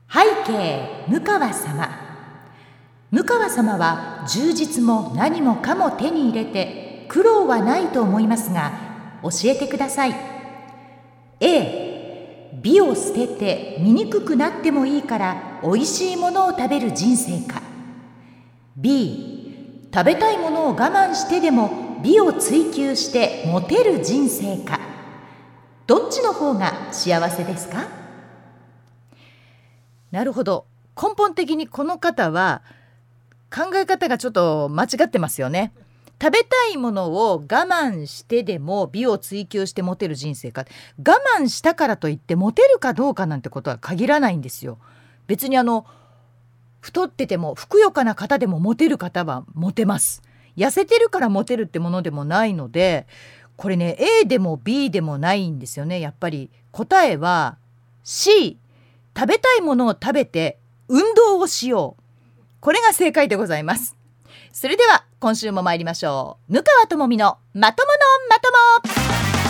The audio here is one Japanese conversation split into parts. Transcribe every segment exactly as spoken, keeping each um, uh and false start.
背景向川様。向川様は充実も何もかも手に入れて苦労はないと思いますが、教えてください。 A、 美を捨てて醜くなってもいいからおいしいものを食べる人生か。 B、 食べたいものを我慢してでも美を追求してモテる人生か。どっちの方が幸せですか？なるほど。根本的にこの方は考え方がちょっと間違ってますよね。食べたいものを我慢してでも美を追求してモテる人生か。我慢したからといってモテるかどうかなんてことは限らないんですよ。別にあの太っててもふくよかな方でもモテる方はモテます。痩せてるからモテるってものでもないので、これね A でも B でもないんですよね。やっぱり答えは C、 食べたいものを食べて運動をしよう。これが正解でございます。それでは今週も参りましょう。向川智美のまとものまとも。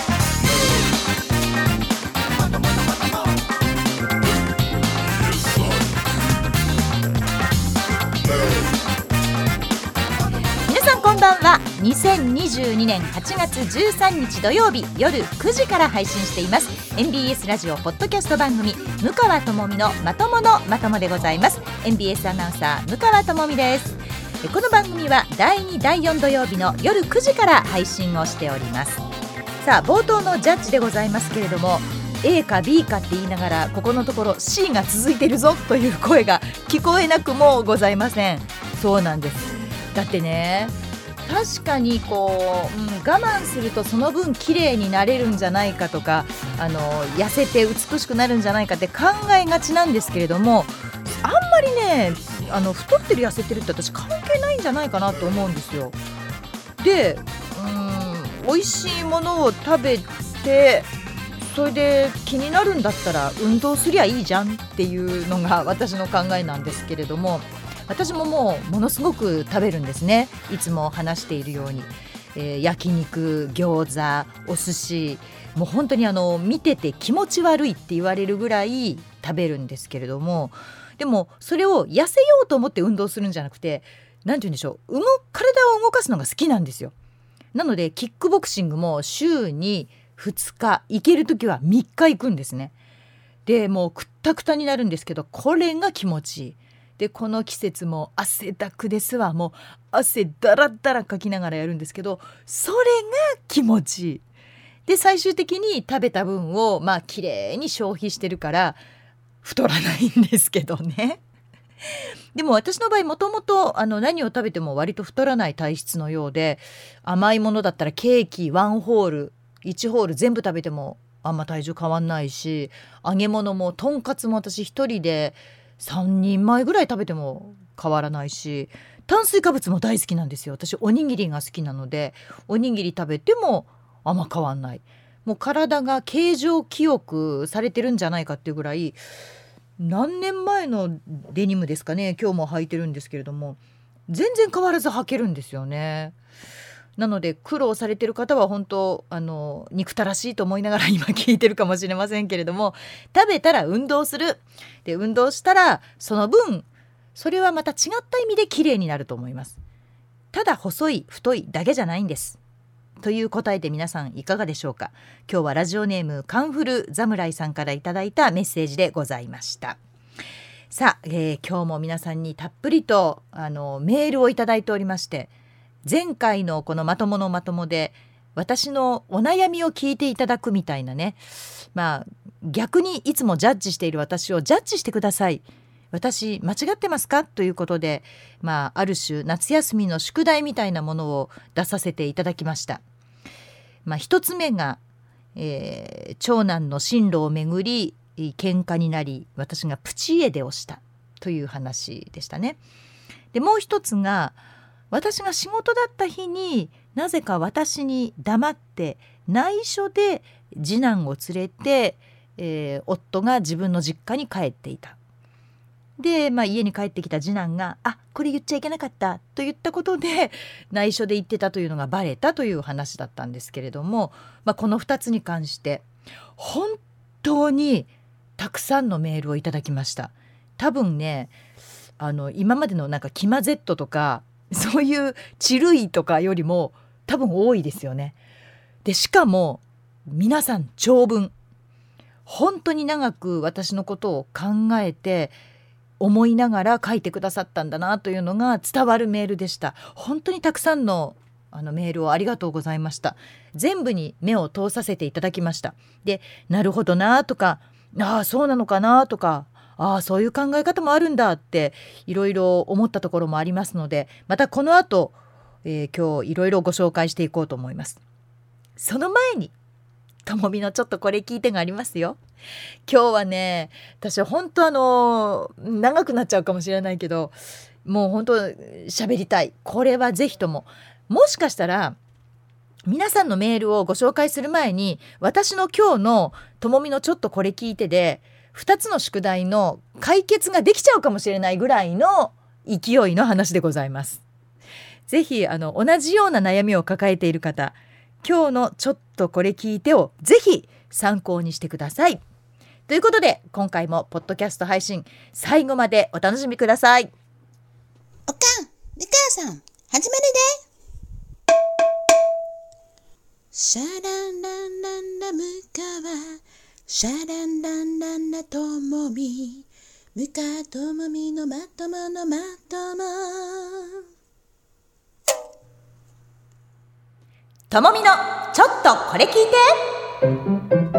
皆さんこんばんは。にせんにじゅうにねんはちがつじゅうさんにち土曜日夜くじから配信しています エムビーエス ラジオポッドキャスト番組向川智美のまとものまともでございます。 エムビーエス アナウンサー向川智美です。この番組はだいにだいよん土曜日の夜くじから配信をしております。さあ冒頭のジャッジでございますけれども、 A か B かって言いながらここのところ C が続いているぞという声が聞こえなくもございません。そうなんです。だってね、確かにこう、うん、我慢するとその分綺麗になれるんじゃないかとか、あの痩せて美しくなるんじゃないかって考えがちなんですけれども、あんまりね、あの太ってる痩せてるって私関係ないんじゃないかなと思うんですよ。で、うん、美味しいものを食べてそれで気になるんだったら運動すりゃいいじゃんっていうのが私の考えなんですけれども、私ももうものすごく食べるんですね。いつも話しているように、えー、焼肉、餃子、お寿司、もう本当にあの見てて気持ち悪いって言われるぐらい食べるんですけれども、でもそれを痩せようと思って運動するんじゃなくて、なんて言うんでしょう、動体を動かすのが好きなんですよ。なのでキックボクシングも週にふつか、行けるときはみっか行くんですね。でもうくったくたになるんですけど、これが気持ちいい。でこの季節も汗だくですわ。もう汗だらだらかきながらやるんですけど、それが気持ちいい。で最終的に食べた分をまあきれいに消費してるから太らないんですけどね。でも私の場合もともとあの何を食べても割と太らない体質のようで、甘いものだったらケーキワンホールいちホール全部食べてもあんま体重変わんないし、揚げ物もとんかつも私一人でさんにんまえぐらい食べても変わらないし、炭水化物も大好きなんですよ。私おにぎりが好きなのでおにぎり食べてもあんま変わんない。もう体が形状記憶されてるんじゃないかっていうぐらい、何年前のデニムですかね、今日も履いてるんですけれども全然変わらず履けるんですよね。なので苦労されてる方は本当あの憎たらしいと思いながら今聞いてるかもしれませんけれども、食べたら運動する。で運動したらその分それはまた違った意味で綺麗になると思います。ただ細い太いだけじゃないんですという答えで皆さんいかがでしょうか。今日はラジオネームカンフル侍さんからいただいたメッセージでございました。さあ、えー、今日も皆さんにたっぷりとあのメールをいただいておりまして、前回のこのまとものまともで私のお悩みを聞いていただくみたいなね、まあ逆にいつもジャッジしている私をジャッジしてください、私間違ってますかということで、まあある種夏休みの宿題みたいなものを出させていただきました。まあ一つ目が、えー、長男の進路をめぐり喧嘩になり私がプチ家出をしたという話でしたね。でもう一つが、私が仕事だった日になぜか私に黙って内緒で次男を連れて、えー、夫が自分の実家に帰っていた。で、まあ、家に帰ってきた次男があこれ言っちゃいけなかったと言ったことで内緒で言ってたというのがバレたという話だったんですけれども、まあ、このふたつに関して本当にたくさんのメールをいただきました。 多分ねあの今までのなんかキマ Z とかそういうチルイとかよりも多分多いですよね。でしかも皆さん長文、本当に長く私のことを考えて思いながら書いてくださったんだなというのが伝わるメールでした。本当にたくさんのあのメールをありがとうございました。全部に目を通させていただきました。で、なるほどなとか、ああそうなのかなとか、ああそういう考え方もあるんだっていろいろ思ったところもありますので、またこの後、えー、今日いろいろご紹介していこうと思います。その前にともみのちょっとこれ聞いてがありますよ。今日はね、私は本当あの長くなっちゃうかもしれないけど、もう本当喋りたい。これはぜひとも、もしかしたら皆さんのメールをご紹介する前に、私の今日のともみのちょっとこれ聞いてでふたつの宿題の解決ができちゃうかもしれないぐらいの勢いの話でございます。ぜひあの同じような悩みを抱えている方、今日のちょっとこれ聞いてをぜひ参考にしてください。ということで今回もポッドキャスト配信最後までお楽しみください。 おかん、みかやさん、始まるで。シャランランランラムカワ、シャランランランラともみ、ムカともみのまとものまとも。 ともみのちょっとこれ聞いて。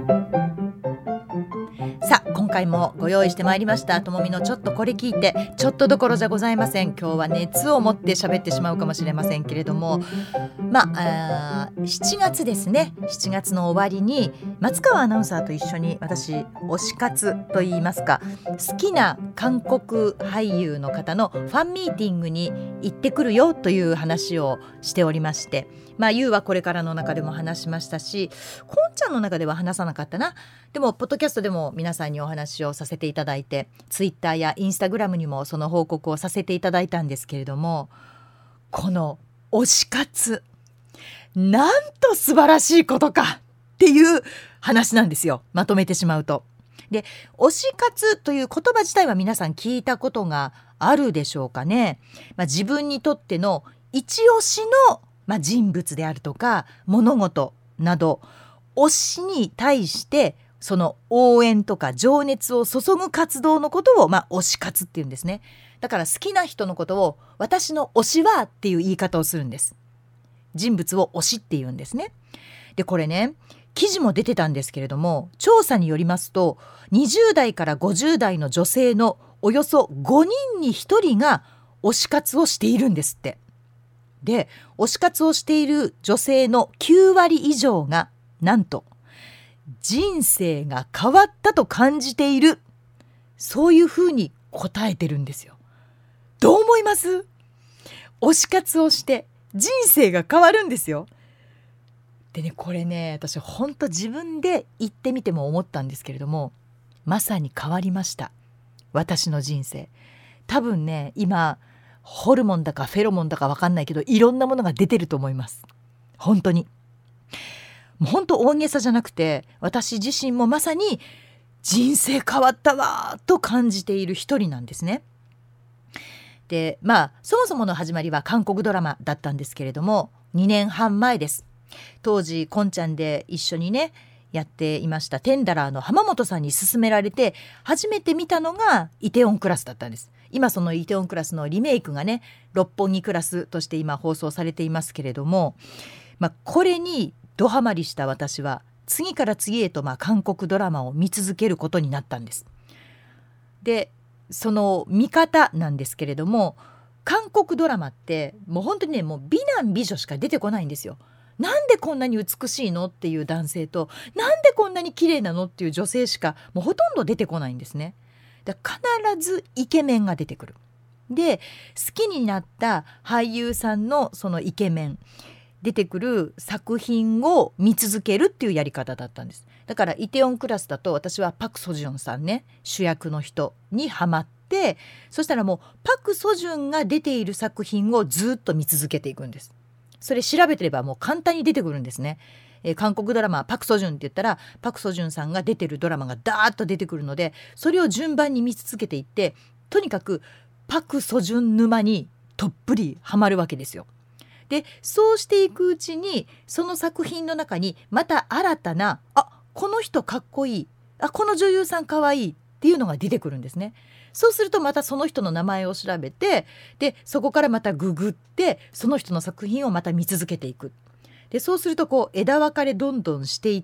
さあ今回もご用意してまいりましたともみのちょっとこれ聞いて。ちょっとどころじゃございません。今日は熱を持って喋ってしまうかもしれませんけれども、まあ、あしちがつですね。しちがつの終わりに松川アナウンサーと一緒に私推し活といいますか、好きな韓国俳優の方のファンミーティングに行ってくるよという話をしておりまして、まあゆうはこれからの中でも話しましたし、こんちゃんの中では話さなかったな。でもポッドキャストでも皆さんにお話をさせていただいて、ツイッターやインスタグラムにもその報告をさせていただいたんですけれども、この推し活、なんと素晴らしいことかっていう話なんですよ、まとめてしまうと。で、推し活という言葉自体は皆さん聞いたことがあるでしょうかね。まあ、自分にとっての一推しの、まあ、人物であるとか物事など、推しに対してその応援とか情熱を注ぐ活動のことを、まあ、推し活っていうんですね。だから好きな人のことを私の推しはっていう言い方をするんです。人物を推しって言うんですね。でこれね、記事も出てたんですけれども、調査によりますとにじゅう代からごじゅう代の女性のおよそごにんにひとりが推し活をしているんですって。で推し活をしている女性のきゅうわり以上がなんと人生が変わったと感じている、そういうふうに答えてるんですよ。どう思います？推し活をして人生が変わるんですよ。でね、これね、私本当自分で言ってみても思ったんですけれども、まさに変わりました。私の人生。多分ね、今ホルモンだかフェロモンだか分かんないけど、いろんなものが出てると思います。本当にもう本当大げさじゃなくて、私自身もまさに人生変わったわと感じている一人なんですね。でまあそもそもの始まりは韓国ドラマだったんですけれども、にねんはん前です。当時こんちゃんで一緒にねやっていましたテンダラーの浜本さんに勧められて初めて見たのがイテウォンクラスだったんです。今そのイテウォンクラスのリメイクがね、六本木クラスとして今放送されていますけれども、まあ、これにドハマりした私は次から次へとまあ韓国ドラマを見続けることになったんです。でその見方なんですけれども、韓国ドラマってもう本当にね、もう美男美女しか出てこないんですよ。なんでこんなに美しいのっていう男性と、なんでこんなに綺麗なのっていう女性しかもうほとんど出てこないんですね。だから必ずイケメンが出てくる。で好きになった俳優さんのそのイケメン出てくる作品を見続けるっていうやり方だったんです。だからイテウォンクラスだと私はパク・ソジュンさんね、主役の人にハマって、そしたらもうパク・ソジュンが出ている作品をずっと見続けていくんです。それ調べてればもう簡単に出てくるんですね。 えー、韓国ドラマパクソジュンって言ったらパクソジュンさんが出てるドラマがダーッと出てくるので、それを順番に見続けていって、とにかくパクソジュン沼にどっぷりハマるわけですよ。でそうしていくうちにその作品の中にまた新たな、あ、この人かっこいい、あ、この女優さんかわいいっていうのが出てくるんですね。そうするとまたその人の名前を調べて、でそこからまたググってその人の作品をまた見続けていく。でそうするとこう枝分かれどんどんしていって、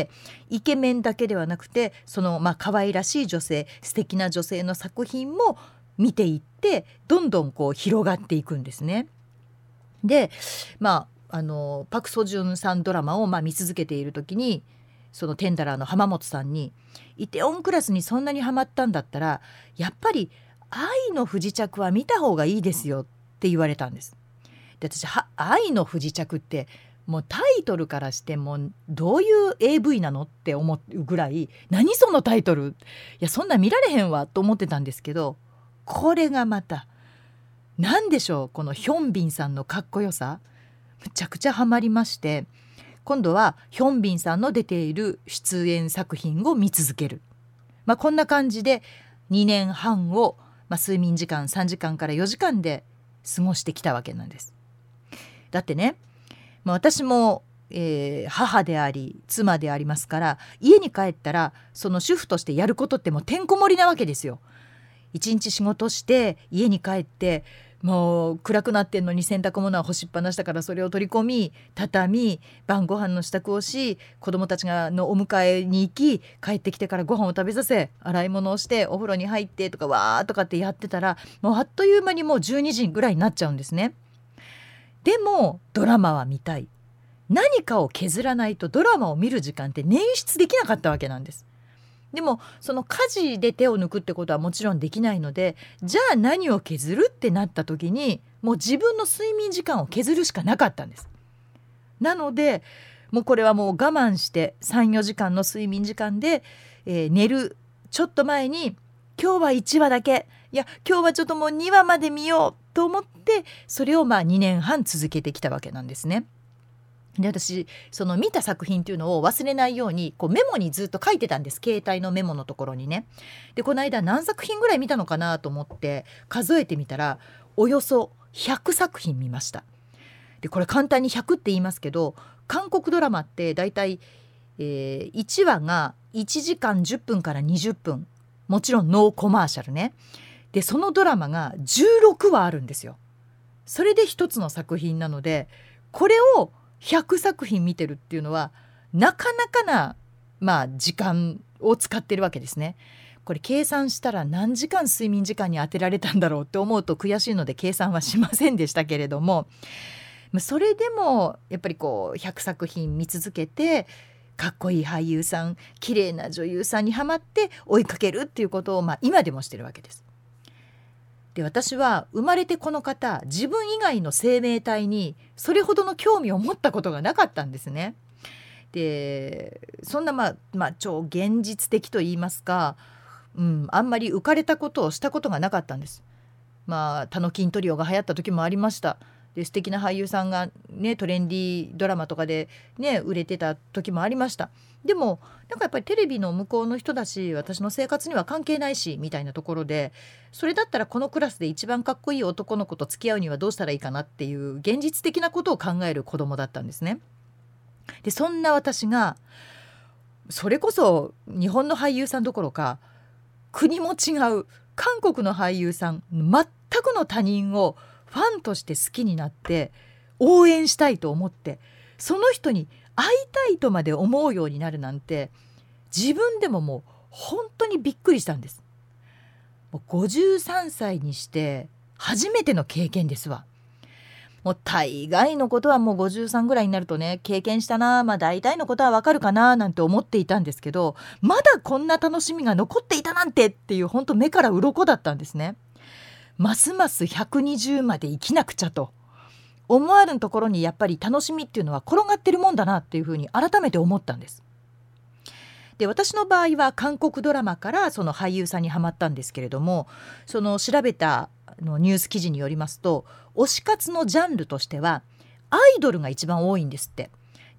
イケメンだけではなくてそのまあ可愛らしい女性、素敵な女性の作品も見ていってどんどんこう広がっていくんですね。でまああのパクソジュンさんドラマをまあ見続けている時に、そのテンダラーの浜本さんに、イテウォンクラスにそんなにハマったんだったらやっぱり愛の不時着は見た方がいいですよって言われたんです。で私は愛の不時着ってもうタイトルからしてもどういう エーブイ なのって思うぐらい、何そのタイトル、いやそんな見られへんわと思ってたんですけど、これがまた何でしょう、このヒョンビンさんのかっこよさ、むちゃくちゃハマりまして、今度はヒョンビンさんの出ている出演作品を見続ける、まあ、こんな感じでにねんはんを、まあ、睡眠時間さんじかんからよじかんで過ごしてきたわけなんです。だってね、まあ、私も、えー、母であり妻でありますから、家に帰ったらその主婦としてやることってもうてんこ盛りなわけですよ。一日仕事して家に帰ってもう暗くなってんのに洗濯物は干しっぱなしだからそれを取り込み畳み、晩ご飯の支度をし、子供たちがのお迎えに行き、帰ってきてからご飯を食べさせ、洗い物をしてお風呂に入ってとかわーとかってやってたら、もうあっという間にもうじゅうにじぐらいになっちゃうんですね。でもドラマは見たい、何かを削らないとドラマを見る時間って捻出できなかったわけなんです。でもその家事で手を抜くってことはもちろんできないので、じゃあ何を削るってなった時にもう自分の睡眠時間を削るしかなかったんです。なのでもうこれはもう我慢してさんよじかんの睡眠時間で、えー、寝るちょっと前に今日はいちわだけ、いや今日はちょっともうにわまで見ようと思って、それをまあにねんはん続けてきたわけなんですね。で私その見た作品っていうのを忘れないようにこうメモにずっと書いてたんです、携帯のメモのところにね。でこの間何作品ぐらい見たのかなと思って数えてみたら、およそひゃくさくひん見ました。でこれ簡単にひゃくって言いますけど、韓国ドラマってだいたい、えー、いちわがいちじかんじゅっぷんからにじゅっぷん、もちろんノーコマーシャルね。でそのドラマがじゅうろくわあるんですよ。それで一つの作品なので、これをひゃくさくひん見てるっていうのはなかなかな、まあ、時間を使ってるわけですね。これ計算したら何時間睡眠時間に当てられたんだろうって思うと悔しいので計算はしませんでしたけれども、それでもやっぱりこうひゃくさくひん見続けて、かっこいい俳優さん、綺麗な女優さんにハマって追いかけるっていうことを、まあ、今でもしてるわけです。で私は生まれてこの方、自分以外の生命体にそれほどの興味を持ったことがなかったんですね。でそんなまあ、まあ、超現実的と言いますか、うん、あんまり浮かれたことをしたことがなかったんです。まあタノキントリオが流行った時もありました。で素敵な俳優さんがねトレンディードラマとかでね売れてた時もありました。でもなんかやっぱりテレビの向こうの人だし、私の生活には関係ないしみたいなところで、それだったらこのクラスで一番かっこいい男の子と付き合うにはどうしたらいいかなっていう現実的なことを考える子供だったんですね。でそんな私がそれこそ日本の俳優さんどころか国も違う韓国の俳優さん、全くの他人をファンとして好きになって応援したいと思って、その人に会いたいとまで思うようになるなんて、自分でももう本当にびっくりしたんです。もうごじゅうさんさいにして初めての経験ですわ。もう大概のことはもうごじゅうさんぐらいになるとね経験したな、まあ大体のことはわかるかななんて思っていたんですけど、まだこんな楽しみが残っていたなんてっていう本当目から鱗だったんですね。ますますひゃくにじゅうまで生きなくちゃと思わぬところに、やっぱり楽しみっていうのは転がってるもんだなっていうふうに改めて思ったんです。で私の場合は韓国ドラマからその俳優さんにハマったんですけれども、その調べたのニュース記事によりますと、推し活のジャンルとしてはアイドルが一番多いんですって。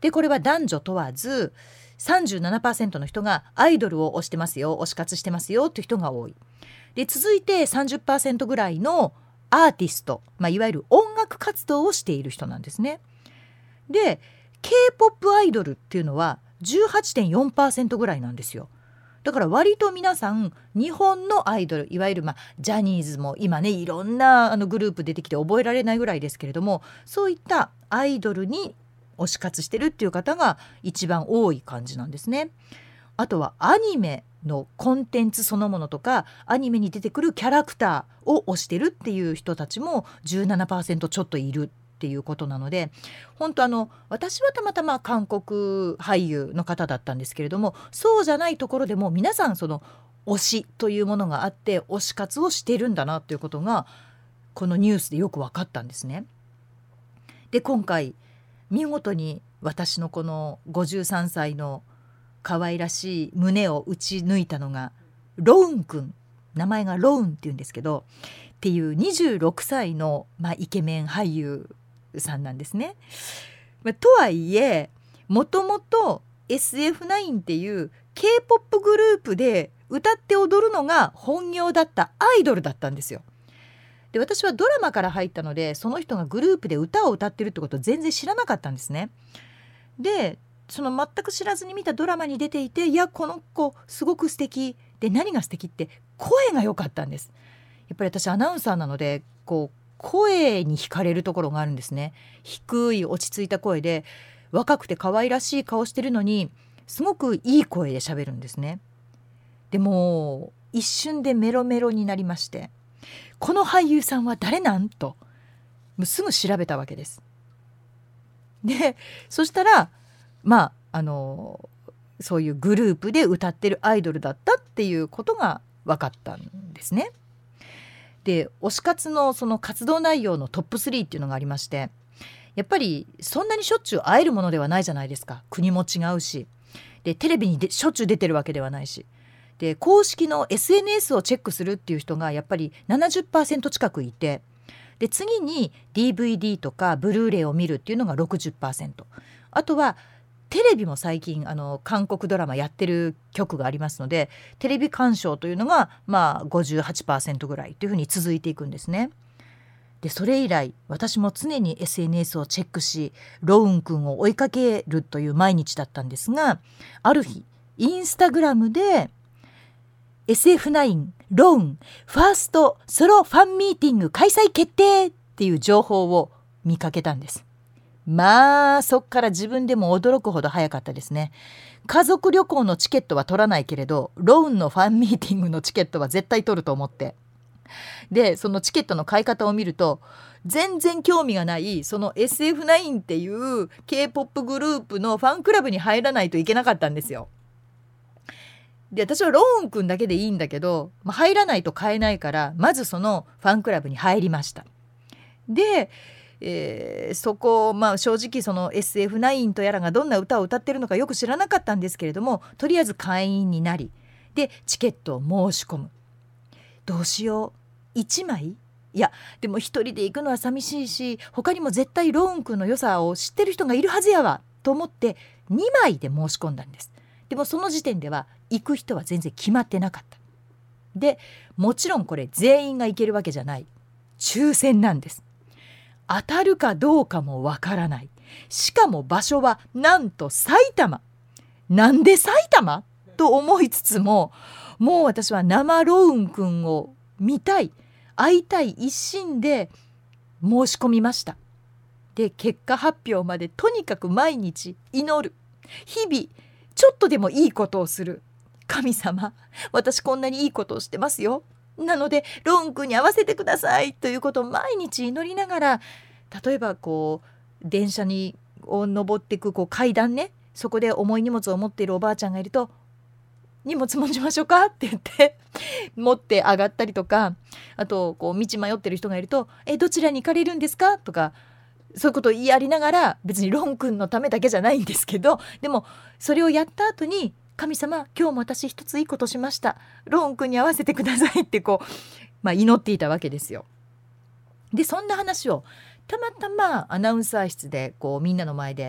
でこれは男女問わず さんじゅうななパーセント の人がアイドルを推してますよ、推し活してますよという人が多い。で続いて さんじゅっパーセント ぐらいのアーティスト、まあ、いわゆる音楽活動をしている人なんですね。で ケーポップ アイドルっていうのは じゅうはちてんよんパーセント ぐらいなんですよ。だから割と皆さん日本のアイドル、いわゆる、まあ、ジャニーズも今ねいろんなあのグループ出てきて覚えられないぐらいですけれども、そういったアイドルに推し活してるっていう方が一番多い感じなんですね。あとはアニメのコンテンツそのものとかアニメに出てくるキャラクターを推してるっていう人たちも じゅうななパーセント ちょっといるっていうことなので、本当あの私はたまたま韓国俳優の方だったんですけれども、そうじゃないところでも皆さんその推しというものがあって推し活をしてるんだなということがこのニュースでよく分かったんですね。で今回見事に私のこのごじゅうさんさいの可愛らしい胸を打ち抜いたのがロウン君、名前がロウンっていうんですけどっていうにじゅうろくさいの、まあ、イケメン俳優さんなんですね。まあ、とはいえもともと エスエフナイン っていう ケーポップ グループで歌って踊るのが本業だったアイドルだったんですよ。で私はドラマから入ったのでその人がグループで歌を歌ってるってことを全然知らなかったんですね。でその全く知らずに見たドラマに出ていて、いやこの子すごく素敵で、何が素敵って声が良かったんです。やっぱり私アナウンサーなのでこう声に惹かれるところがあるんですね。低い落ち着いた声で若くて可愛らしい顔してるのにすごくいい声で喋るんですね。でも一瞬でメロメロになりまして、この俳優さんは誰なんともうすぐ調べたわけです。でそしたらまああのそういうグループで歌ってるアイドルだったっていうことが分かったんですね。で推し活のその活動内容のトップスリーっていうのがありまして、やっぱりそんなにしょっちゅう会えるものではないじゃないですか。国も違うし、でテレビにでしょっちゅう出てるわけではないし、で公式の エスエヌエス をチェックするっていう人がやっぱり ななじゅっパーセント 近くいて、で次に ディーブイディー とかブルーレイを見るっていうのが ろくじゅっパーセント、 あとはテレビも最近あの韓国ドラマやってる局がありますので、テレビ鑑賞というのがまあ ごじゅうはちパーセント ぐらいというふうに続いていくんですね。でそれ以来私も常に エスエヌエス をチェックしロウン君を追いかけるという毎日だったんですが、ある日インスタグラムで エスエフナイン ロウンファーストソロファンミーティング開催決定っていう情報を見かけたんです。まあそっから自分でも驚くほど早かったですね。家族旅行のチケットは取らないけれどロウンのファンミーティングのチケットは絶対取ると思って、でそのチケットの買い方を見ると全然興味がないその エスエフナイン っていう ケーポップ グループのファンクラブに入らないといけなかったんですよ。で私はロウン君だけでいいんだけど、まあ、入らないと買えないからまずそのファンクラブに入りました。でえー、そこ、まあ、正直その エスエフナイン とやらがどんな歌を歌ってるのかよく知らなかったんですけれども、とりあえず会員になり、でチケットを申し込む。どうしよう、いちまい、いやでも一人で行くのは寂しいし他にも絶対ロウン君の良さを知ってる人がいるはずやわと思ってにまいで申し込んだんです。でもその時点では行く人は全然決まってなかった。でもちろんこれ全員が行けるわけじゃない、抽選なんです。当たるかどうかもわからない。しかも場所はなんと埼玉。なんで埼玉と思いつつも、もう私は生ロウン君を見たい、会いたい一心で申し込みました。で結果発表までとにかく毎日祈る、日々ちょっとでもいいことをする。神様、私こんなにいいことをしてますよ、なのでロウン君に会わせてくださいということを毎日祈りながら、例えばこう電車にを登っていくこう階段ね、そこで重い荷物を持っているおばあちゃんがいると、荷物持ちましょうかって言って持って上がったりとか、あとこう道迷ってる人がいると、えどちらに行かれるんですかとか、そういうことをやりながら、別にロウン君のためだけじゃないんですけど、でもそれをやった後に、神様今日も私一ついいことしました、ロウン君に会わせてくださいってこう、まあ、祈っていたわけですよ。でそんな話をたまたまアナウンサー室でこうみんなの前で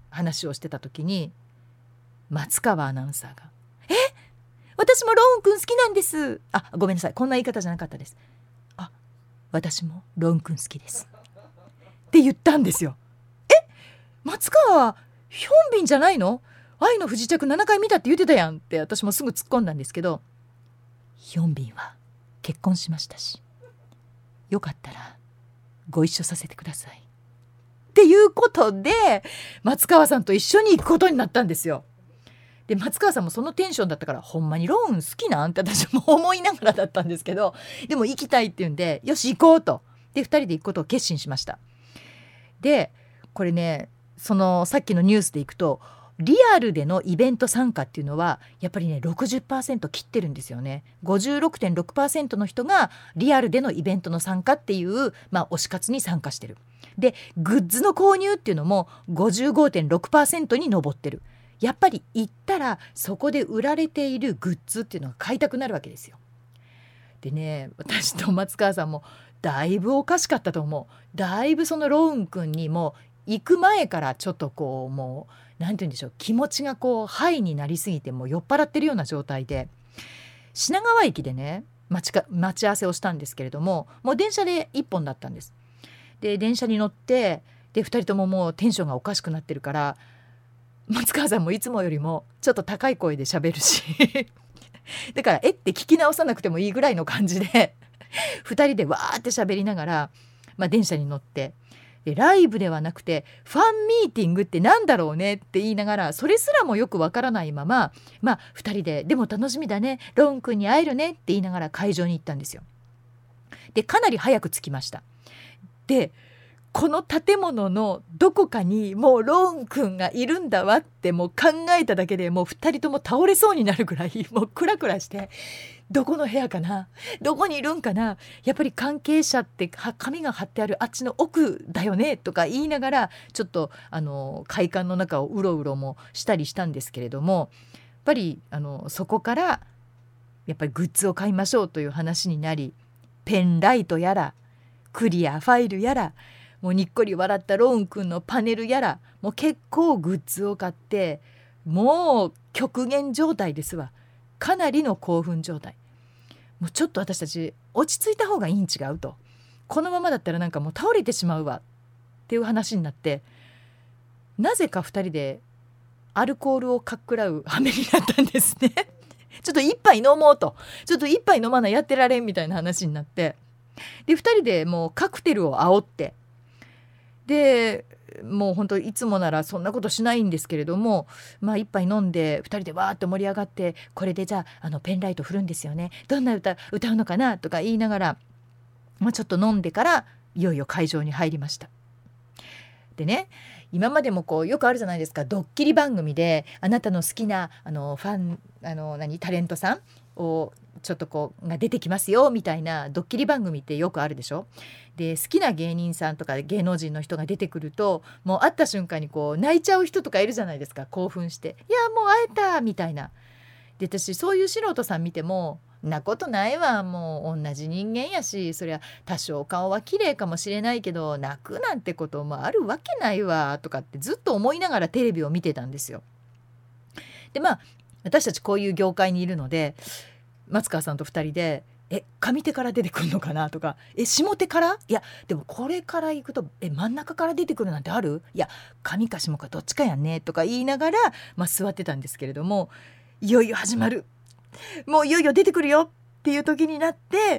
話をしてた時に松川アナウンサーがえ私もローンくん好きなんです。あごめんなさいこんな言い方じゃなかったです。あ私もローンくん好きですって言ったんですよ。え松川はヒョンビンじゃないの？愛の不時着ななかい見たって言ってたやんって私もすぐ突っ込んだんですけど、ヒョンビンは結婚しましたしよかったらご一緒させてくださいっていうことで松川さんと一緒に行くことになったんですよ。で松川さんもそのテンションだったからほんまにローン好きなんって私も思いながらだったんですけど、でも行きたいって言うんでよし行こうとでふたりで行くことを決心しました。でこれねそのさっきのニュースでいくとリアルでのイベント参加っていうのはやっぱりね ろくじゅっパーセント 切ってるんですよね。 ごじゅうろくてんろくパーセント の人がリアルでのイベントの参加っていう、まあ、推し活に参加してる。でグッズの購入っていうのも ごじゅうごてんろくパーセント に上ってる。やっぱり行ったらそこで売られているグッズっていうのが買いたくなるわけですよ。でね私と松川さんもだいぶおかしかったと思う。だいぶそのローンくんにも行く前からちょっとこうもうなんて言うんでしょう気持ちがこうハイになりすぎてもう酔っ払ってるような状態で品川駅でね待ちか待ち合わせをしたんですけれども、もう電車でいっぽんだったんです。で電車に乗ってでふたりとももうテンションがおかしくなってるから松川さんもいつもよりもちょっと高い声で喋るしだからえって聞き直さなくてもいいぐらいの感じでふたりでわーって喋りながら、まあ、電車に乗ってでライブではなくてファンミーティングってなんだろうねって言いながらそれすらもよくわからないまま、まあ、ふたりででも楽しみだねローンくんに会えるねって言いながら会場に行ったんですよ。でかなり早く着きました。でこの建物のどこかにもうローンくんがいるんだわってもう考えただけでもうふたりとも倒れそうになるぐらいもうクラクラしてどこの部屋かなどこにいるんかなやっぱり関係者って紙が貼ってあるあっちの奥だよねとか言いながらちょっとあの会館の中をうろうろもしたりしたんですけれども、やっぱりあのそこからやっぱりグッズを買いましょうという話になり、ペンライトやらクリアファイルやらもうにっこり笑ったローンくんのパネルやらもう結構グッズを買ってもう極限状態ですわ。かなりの興奮状態。もうちょっと私たち落ち着いた方がいいん違うと、このままだったらなんかもう倒れてしまうわっていう話になって、なぜかふたりでアルコールをかっくらう羽目になったんですねちょっと一杯飲もうと、ちょっと一杯飲まないやってられんみたいな話になって、でふたりでもうカクテルを煽って、でもう本当いつもならそんなことしないんですけれども、まあ一杯飲んでふたりでわーっと盛り上がって、これでじゃあ、あのペンライト振るんですよね、どんな歌歌うのかなとか言いながら、まあ、ちょっと飲んでからいよいよ会場に入りました。でね、今までもこうよくあるじゃないですか、ドッキリ番組であなたの好きなあのファンあの何タレントさんをちょっとこうが出てきますよみたいなドッキリ番組ってよくあるでしょ。で好きな芸人さんとか芸能人の人が出てくるともう会った瞬間にこう泣いちゃう人とかいるじゃないですか、興奮して、いやもう会えたみたいな。で私そういう素人さん見てもなことないわ、もう同じ人間やし、そりゃ多少顔は綺麗かもしれないけど泣くなんてこともあるわけないわとかってずっと思いながらテレビを見てたんですよ。でまあ私たちこういう業界にいるので松川さんとふたりでえ上手から出てくるのかなとか、え下手から、いやでもこれから行くとえ真ん中から出てくるなんてある、いや上か下かどっちかやんねとか言いながら、まあ、座ってたんですけれども、いよいよ始まる、もういよいよ出てくるよっていう時になって、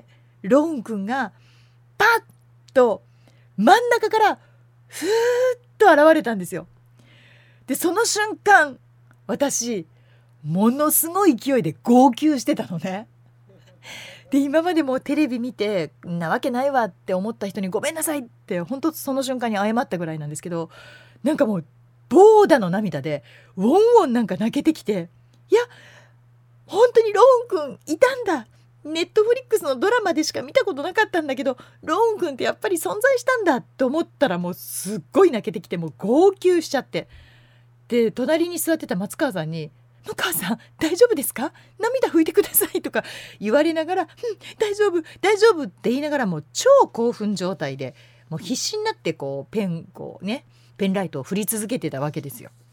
ローンくんがパッと真ん中からふーっと現れたんですよ。でその瞬間私ものすごい勢いで号泣してたのね。で今までもテレビ見てなわけないわって思った人にごめんなさいって本当その瞬間に謝ったぐらいなんですけど、なんかもうボーダの涙でウォンウォンなんか泣けてきて、いや本当にローンくんいたんだ、ネットフリックスのドラマでしか見たことなかったんだけどローンくんってやっぱり存在したんだと思ったら、もうすっごい泣けてきてもう号泣しちゃって、で隣に座ってた松川さんに向川さん大丈夫ですか、涙拭いてくださいとか言われながら、うん大丈夫大丈夫って言いながらもう超興奮状態でもう必死になってこうペンこうねペンライトを振り続けてたわけですよ。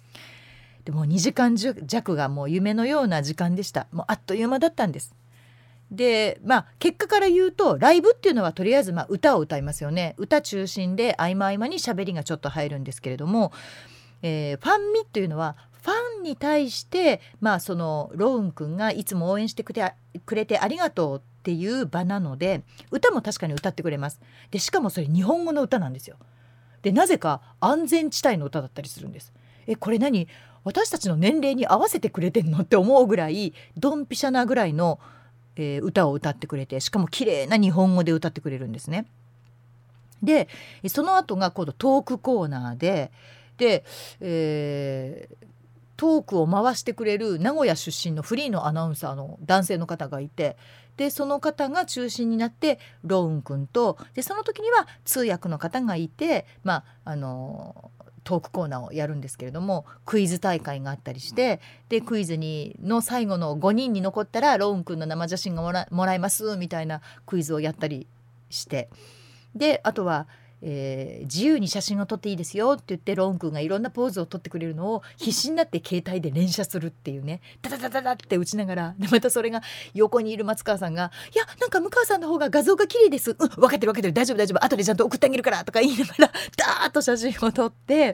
でもうにじかん弱がもう夢のような時間でした。もうあっという間だったんです。でまあ結果から言うと、ライブっていうのはとりあえずまあ歌を歌いますよね。歌中心で合間合間に喋りがちょっと入るんですけれども、えー、ファンミっていうのはファンに対してまあそのロウンくんがいつも応援してくれ、くれてありがとうっていう場なので、歌も確かに歌ってくれます。でしかもそれ日本語の歌なんですよ。でなぜか安全地帯の歌だったりするんです。えこれ何、私たちの年齢に合わせてくれてんのって思うぐらいドンピシャなぐらいのえー、歌を歌ってくれて、しかも綺麗な日本語で歌ってくれるんですね。でその後が今度トークコーナーでで、えー、トークを回してくれる名古屋出身のフリーのアナウンサーの男性の方がいて、でその方が中心になってロウン君と、でその時には通訳の方がいて、まああのトークコーナーをやるんですけれども、クイズ大会があったりして、でクイズにの最後のごにんに残ったらロウン君の生写真がもら、もらえますみたいなクイズをやったりして、であとは、えー、自由に写真を撮っていいですよって言ってロウン君がいろんなポーズを撮ってくれるのを必死になって携帯で連写するっていうね、ダダダダダって打ちながら、でまたそれが横にいる松川さんがいやなんか向川さんの方が画像が綺麗です、うん、分かってる分かってる大丈夫大丈夫後でちゃんと送ってあげるからとか言いながらダーッと写真を撮って、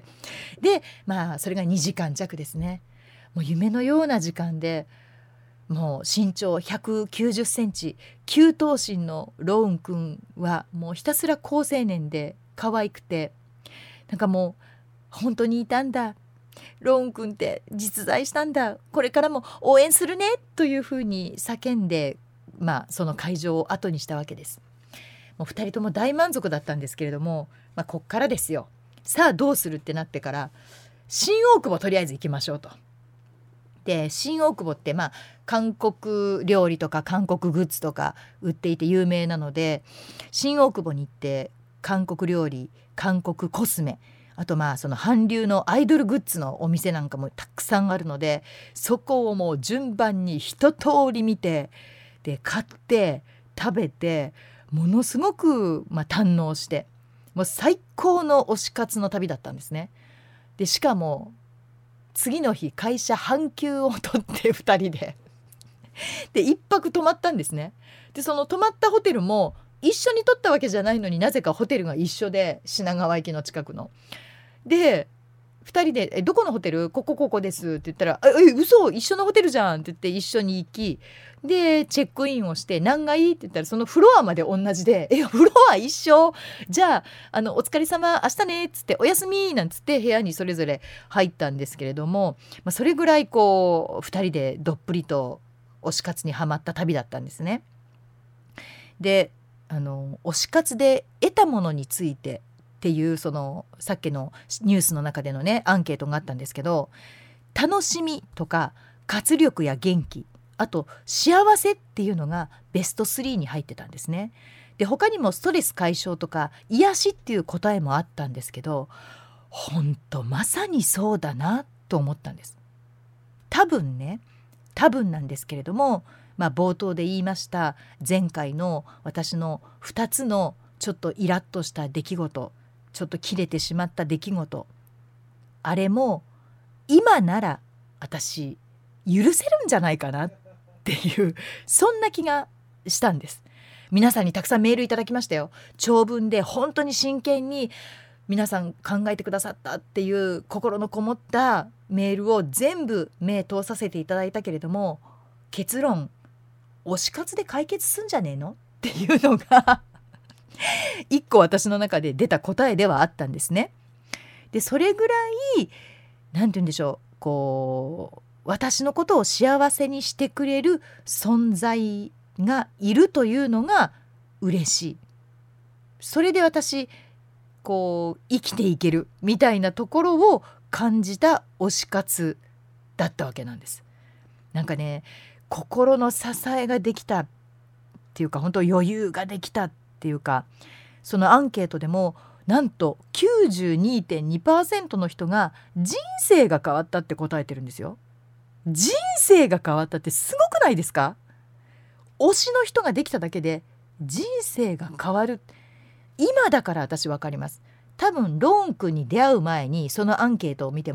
でまあそれがにじかん弱ですね。もう夢のような時間で、もう身長ひゃくきゅうじゅっセンチきゅう頭身のロウン君はもうひたすら好青年で可愛くて、なんかもう本当にいたんだ、ロウン君って実在したんだ、これからも応援するねというふうに叫んで、まあその会場を後にしたわけです。もうふたりとも大満足だったんですけれども、まあ、こっからですよ。さあどうするってなってから、新大久保とりあえず行きましょうと。で新大久保ってまあ韓国料理とか韓国グッズとか売っていて有名なので、新大久保に行って韓国料理、韓国コスメ、あとまあその韓流のアイドルグッズのお店なんかもたくさんあるので、そこをもう順番に一通り見て、で買って食べて、ものすごくまあ堪能して、もう最高の推し活の旅だったんですね。でしかも次の日会社半休を取ってふたりででいっぱく泊まったんですね。でその泊まったホテルも一緒に取ったわけじゃないのに、なぜかホテルが一緒で、品川駅の近くのでふたりでえどこのホテル、ここここですって言ったら、え嘘一緒のホテルじゃんって言って一緒に行き、でチェックインをして、何階って言ったらそのフロアまで同じで、えフロア一緒じゃあ、あのお疲れ様明日ねっつって、おやすみなんつって部屋にそれぞれ入ったんですけれども、まあ、それぐらいこうふたりでどっぷりと推し活にはまった旅だったんですね。であの推し活で得たものについてっていう、そのさっきのニュースの中でのねアンケートがあったんですけど、楽しみとか活力や元気、あと幸せっていうのがベストスリーに入ってたんですね。で他にもストレス解消とか癒しっていう答えもあったんですけど、本当まさにそうだなと思ったんです。多分ね多分なんですけれども、まあ、冒頭で言いました前回の私のふたつのちょっとイラッとした出来事、ちょっと切れてしまった出来事、あれも今なら私許せるんじゃないかなっていう、そんな気がしたんです。皆さんにたくさんメールいただきましたよ。長文で本当に真剣に皆さん考えてくださったっていう心のこもったメールを全部目通させていただいたけれども、結論推し活で解決すんじゃねえのっていうのが一個私の中で出た答えではあったんですね。でそれぐらいなんて言うんでしょう、こう私のことを幸せにしてくれる存在がいるというのが嬉しい。それで私こう生きていけるみたいなところを感じた推し活だったわけなんです。なんかね、心の支えができたっていうか、本当余裕ができたっていうか、そのアンケートでもなんと きゅうじゅうにてんにパーセント の人が人生が変わったって答えてるんですよ。人生が変わったってすごくないですか？推しの人ができただけで人生が変わる。今だから私分かります。多分ローン君に出会う前にそのアンケートを見ても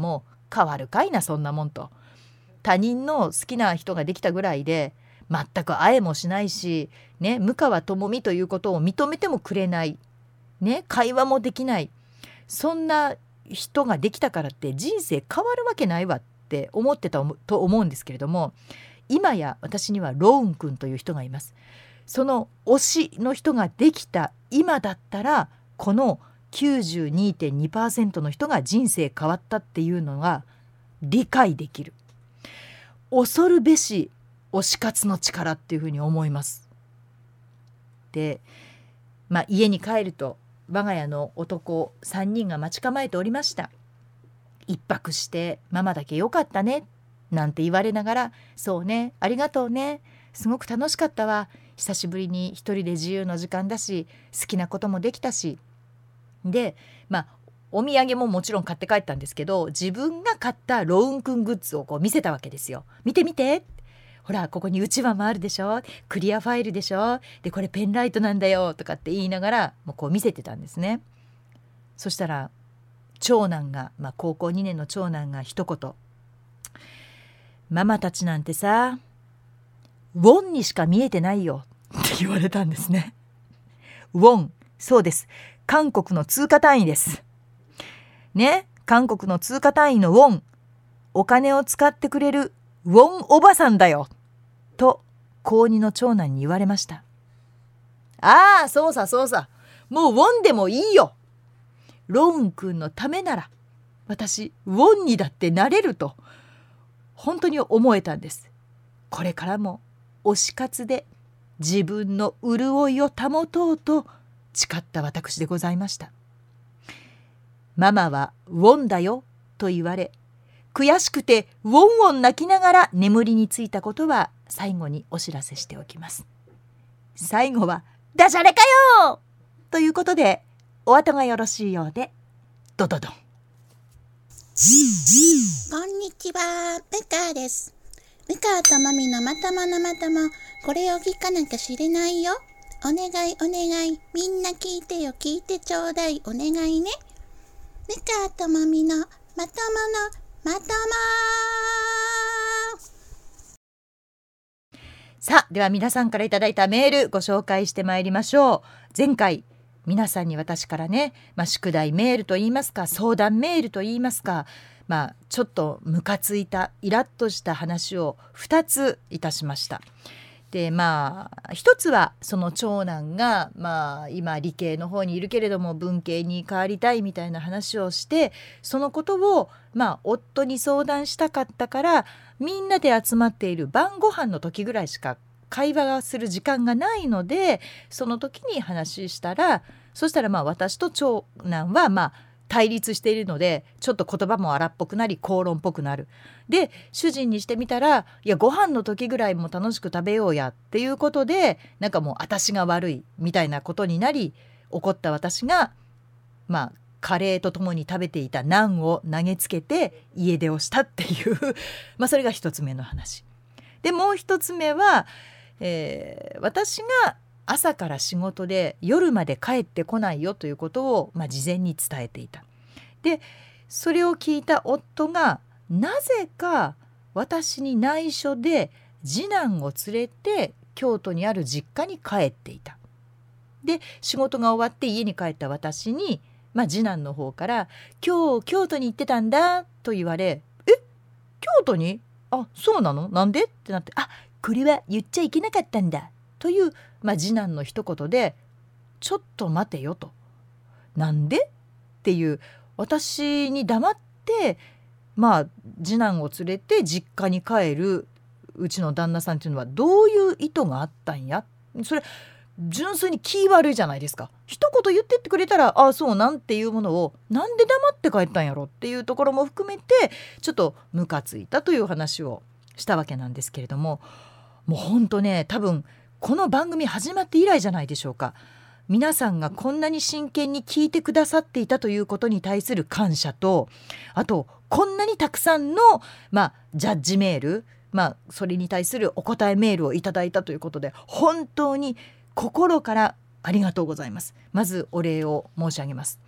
変わるかいなそんなもんと。他人の好きな人ができたぐらいで全く会えもしないし、ね、向川智美ということを認めてもくれない、ね、会話もできない、そんな人ができたからって人生変わるわけないわって思ってたと思うんですけれども、今や私にはローン君という人がいます。その推しの人ができた今だったら、この きゅうじゅうにてんにパーセント の人が人生変わったっていうのが理解できる。恐るべし推し活の力っていうふうに思います。で、まあ、家に帰ると我が家の男さんにんが待ち構えておりました。一泊してママだけよかったねなんて言われながら、そうね、ありがとうね、すごく楽しかったわ、久しぶりに一人で自由の時間だし好きなこともできたし、でまあお土産ももちろん買って帰ったんですけど、自分が買ったローンくんグッズをこう見せたわけですよ。見て見て、ほらここにうちわもあるでしょ、クリアファイルでしょ、でこれペンライトなんだよとかって言いながらもうこう見せてたんですね。そしたら長男が、まあ、高校にねんの長男が一言、ママたちなんてさウォンにしか見えてないよって言われたんですね。ウォン、そうです、韓国の通貨単位ですね。韓国の通貨単位のウォン、お金を使ってくれるウォンおばさんだよと高にの長男に言われました。ああ、そうさそうさ、もうウォンでもいいよ、ローンくんのためなら私ウォンにだってなれると本当に思えたんです。これからも推し活で自分の潤いを保とうと誓った私でございました。ママはウォンだよと言われ、悔しくてウォンウォン泣きながら眠りについたことは最後にお知らせしておきます。最後はダジャレかよということでお後がよろしいようで、ドドドン。 こんにちは、向川です。向川智美のまとものまとも、これを聞かなきゃ知れないよ。お願いお願い、みんな聞いてよ、聞いてちょうだい、お願いね。向川智美のまとものまとも。 さあ、では皆さんからいただいたメールご紹介してまいりましょう。前回皆さんに私からね、まあ、宿題メールといいますか相談メールといいますか、まあ、ちょっとムカついたイラッとした話をふたついたしました。でまあ一つはその長男が、まあ、今理系の方にいるけれども文系に変わりたいみたいな話をして、そのことを、まあ、夫に相談したかったからみんなで集まっている晩ご飯の時ぐらいしか会話をする時間がないので、その時に話したら、そしたらまあ私と長男はまあ対立しているのでちょっと言葉も荒っぽくなり口論っぽくなる。で主人にしてみたら、いやご飯の時ぐらいも楽しく食べようやっていうことで、なんかもう私が悪いみたいなことになり、怒った私がまあカレーとともに食べていたナンを投げつけて家出をしたっていうまあそれが一つ目の話で、もう一つ目は、えー、私が朝から仕事で夜まで帰ってこないよということを、まあ、事前に伝えていた。でそれを聞いた夫がなぜか私に内緒で次男を連れて京都にある実家に帰っていた。で仕事が終わって家に帰った私に、まあ、次男の方から今日京都に行ってたんだと言われ、え京都に、あそうなの、なんでってなって、あこれは言っちゃいけなかったんだという、まあ、次男の一言で、ちょっと待てよと、なんでっていう、私に黙ってまあ次男を連れて実家に帰るうちの旦那さんっていうのはどういう意図があったんや。それ純粋に気悪いじゃないですか。一言言ってってくれたら、ああそうなんていうものをなんで黙って帰ったんやろっていうところも含めてちょっとムカついたという話をしたわけなんですけれども、もうほんとね、多分この番組始まって以来じゃないでしょうか。皆さんがこんなに真剣に聞いてくださっていたということに対する感謝と、あとこんなにたくさんの、まあ、ジャッジメール、まあ、それに対するお答えメールをいただいたということで、本当に心からありがとうございます。まずお礼を申し上げます。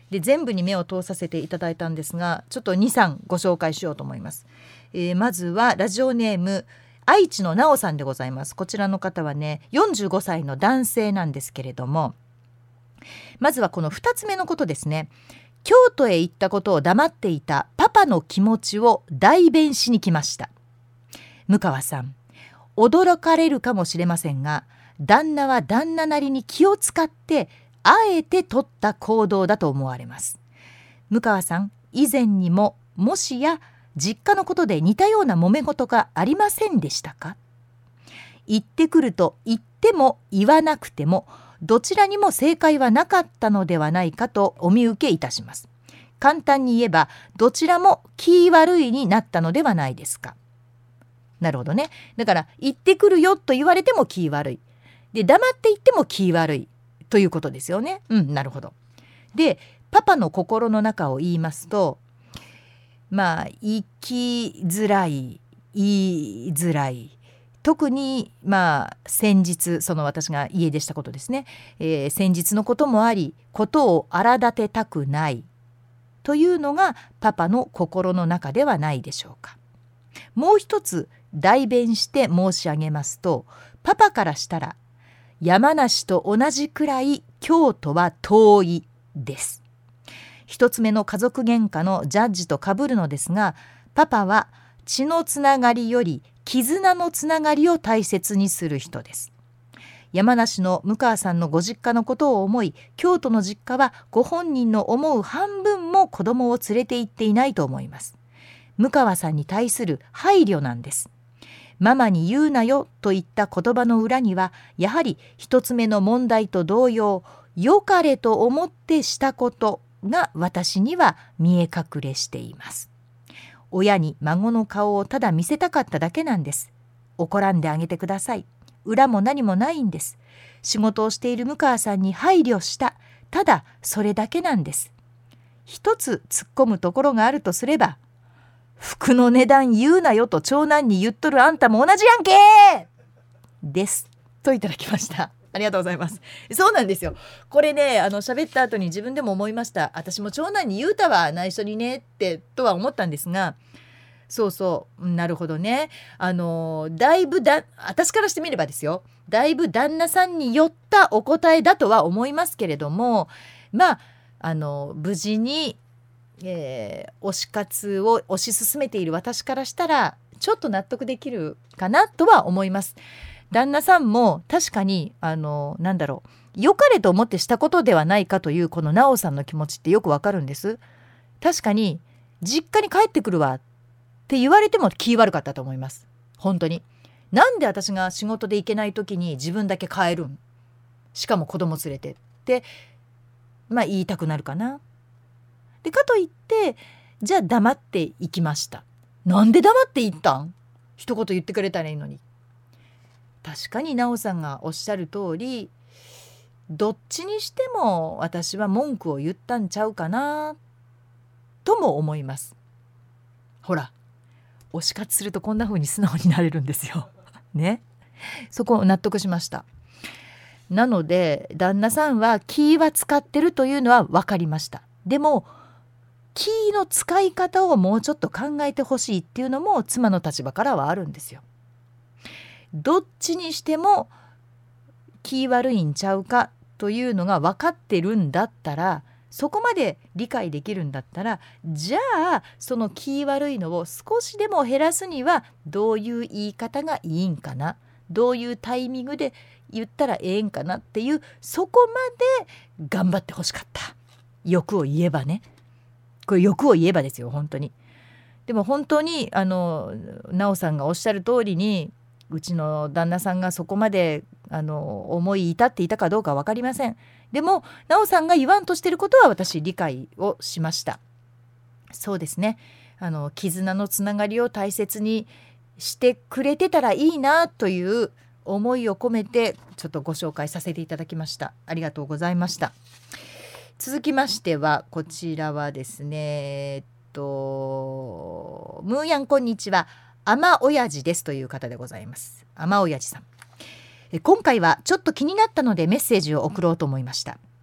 で全部に目を通させていただいたんですが、ちょっとに、さんご紹介しようと思います。えー、まずはラジオネーム愛知のなおさんでございます。こちらの方はねよんじゅうごさいの男性なんですけれども、まずはこのふたつめのことですね。京都へ行ったことを黙っていたパパの気持ちを代弁しに来ました。向川さん、驚かれるかもしれませんが、旦那は旦那なりに気を使ってあえて取った行動だと思われます。向川さん、以前にももしや実家のことで似たような揉め事がありませんでしたか？言ってくると言っても言わなくてもどちらにも正解はなかったのではないかとお見受けいたします。簡単に言えばどちらも気悪いになったのではないですか。なるほどね。だから言ってくるよと言われても気悪いで、黙って言っても気悪いということですよね。うん、なるほど。で、パパの心の中を言いますと、まあ生きづらい、言いづらい、特にまあ先日、その私が家出したことですね、えー、先日のこともあり、ことを荒立てたくないというのがパパの心の中ではないでしょうか。もう一つ代弁して申し上げますと、パパからしたら山梨と同じくらい京都は遠いです。一つ目の家族喧嘩のジャッジと被るのですが、パパは血のつながりより絆のつながりを大切にする人です。山梨の向川さんのご実家のことを思い、京都の実家はご本人の思う半分も子供を連れて行っていないと思います。向川さんに対する配慮なんです。ママに言うなよといった言葉の裏には、やはり一つ目の問題と同様、良かれと思ってしたことが私には見え隠れしています。親に孫の顔をただ見せたかっただけなんです。怒らんであげてください。裏も何もないんです。仕事をしている向川さんに配慮した。ただそれだけなんです。一つ突っ込むところがあるとすれば、服の値段言うなよと長男に言っとるあんたも同じやんけですといただきました。ありがとうございます。そうなんですよ。これね、あの喋った後に自分でも思いました。私も長男に言うたわ、内緒にねってとは思ったんですが、そうそう、なるほどね。あのだいぶだ私からしてみればですよ、だいぶ旦那さんによったお答えだとは思いますけれども、まああの無事にえー、推し活を推し進めている私からしたらちょっと納得できるかなとは思います。旦那さんも確かにあのなんだろう、良かれと思ってしたことではないかというこのなおさんの気持ちってよくわかるんです。確かに実家に帰ってくるわって言われても気悪かったと思います。本当になんで私が仕事で行けない時に自分だけ帰るん、しかも子供連れてってまあ言いたくなるかな。でかといってじゃあ黙っていきました。なんで黙っていったん？一言言ってくれたらいいのに。確かになおさんがおっしゃる通り、どっちにしても私は文句を言ったんちゃうかなとも思います。ほら、推し活するとこんな風に素直になれるんですよね。そこを納得しました。なので旦那さんは気は使ってるというのは分かりました。でも気の使い方をもうちょっと考えてほしいっていうのも妻の立場からはあるんですよ。どっちにしても気悪いんちゃうかというのが分かってるんだったら、そこまで理解できるんだったら、じゃあその気悪いのを少しでも減らすにはどういう言い方がいいんかな、どういうタイミングで言ったらええんかなっていう、そこまで頑張ってほしかった。欲を言えばね、これ欲を言えばですよ本当に。でも本当にあのなおさんがおっしゃる通りに、うちの旦那さんがそこまであの思い至っていたかどうか分かりません。でもなおさんが言わんとしていることは私理解をしました。そうですね、あの絆のつながりを大切にしてくれてたらいいなという思いを込めてちょっとご紹介させていただきました。ありがとうございました。続きましてはこちらはですね、えっとムーヤンこんにちは、あまおやじですという方でございます。あまおやじさん、え今回はちょっと気になったのでメッセージを送ろうと思いました。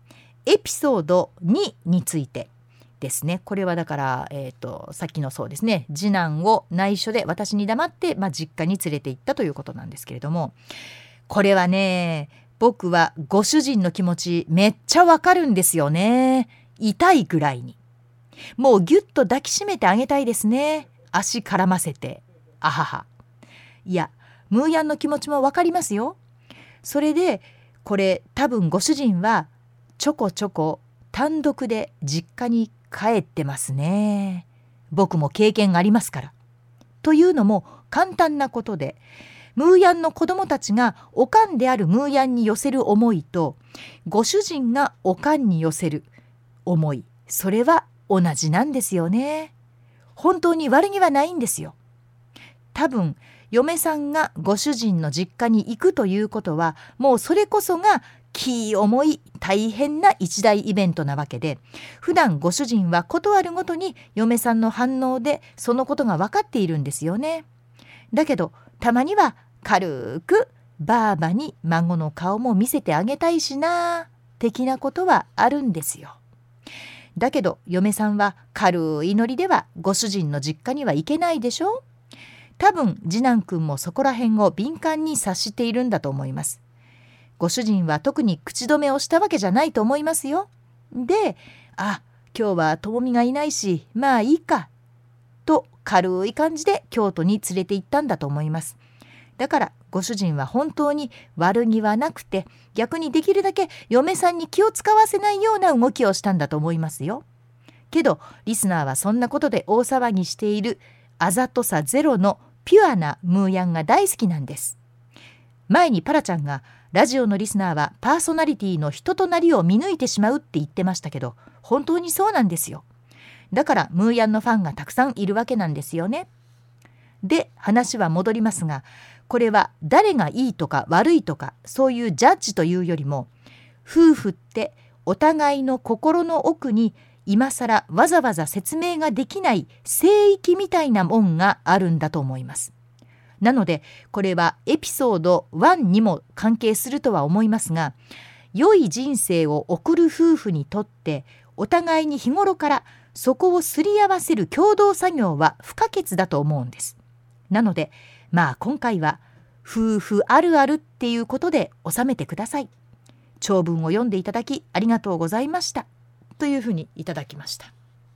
エピソードにについてですね。これはだから、えーと、さっきのそうですね、次男を内緒で私に黙って、まあ、実家に連れて行ったということなんですけれども、これはね、僕はご主人の気持ちめっちゃわかるんですよね。痛いぐらいに。もうギュッと抱きしめてあげたいですね。足絡ませて。あはは。いや、ムーヤンの気持ちもわかりますよ。それでこれ多分ご主人はちょこちょこ単独で実家に帰ってますね。僕も経験ありますから。というのも簡単なことで、ムーヤンの子供たちがおかんであるムーヤンに寄せる思いと、ご主人がおかんに寄せる思い、それは同じなんですよね。本当に悪気はないんですよ。多分嫁さんがご主人の実家に行くということは、もうそれこそが気重い大変な一大イベントなわけで、普段ご主人は断るごとに嫁さんの反応でそのことが分かっているんですよね。だけどたまには軽くばあばに孫の顔も見せてあげたいしな的なことはあるんですよ。だけど嫁さんは軽いノリではご主人の実家には行けないでしょ。多分次男くんもそこら辺を敏感に察しているんだと思います。ご主人は特に口止めをしたわけじゃないと思いますよ。で、あ、今日はともみがいないし、まあいいかと軽い感じで京都に連れて行ったんだと思います。だからご主人は本当に悪気はなくて、逆にできるだけ嫁さんに気を使わせないような動きをしたんだと思いますよ。けどリスナーはそんなことで大騒ぎしているあざとさゼロのピュアなムーヤンが大好きなんです。前にパラちゃんがラジオのリスナーはパーソナリティの人となりを見抜いてしまうって言ってましたけど、本当にそうなんですよ。だからムーヤンのファンがたくさんいるわけなんですよね。で、話は戻りますが、これは誰がいいとか悪いとかそういうジャッジというよりも、夫婦ってお互いの心の奥に今更わざわざ説明ができない聖域みたいなもんがあるんだと思います。なのでこれはエピソードいちにも関係するとは思いますが、良い人生を送る夫婦にとってお互いに日頃からそこをすり合わせる共同作業は不可欠だと思うんです。なのでまあ今回は夫婦あるあるっていうことで収めてください。長文を読んでいただきありがとうございましたというふうにいただきました。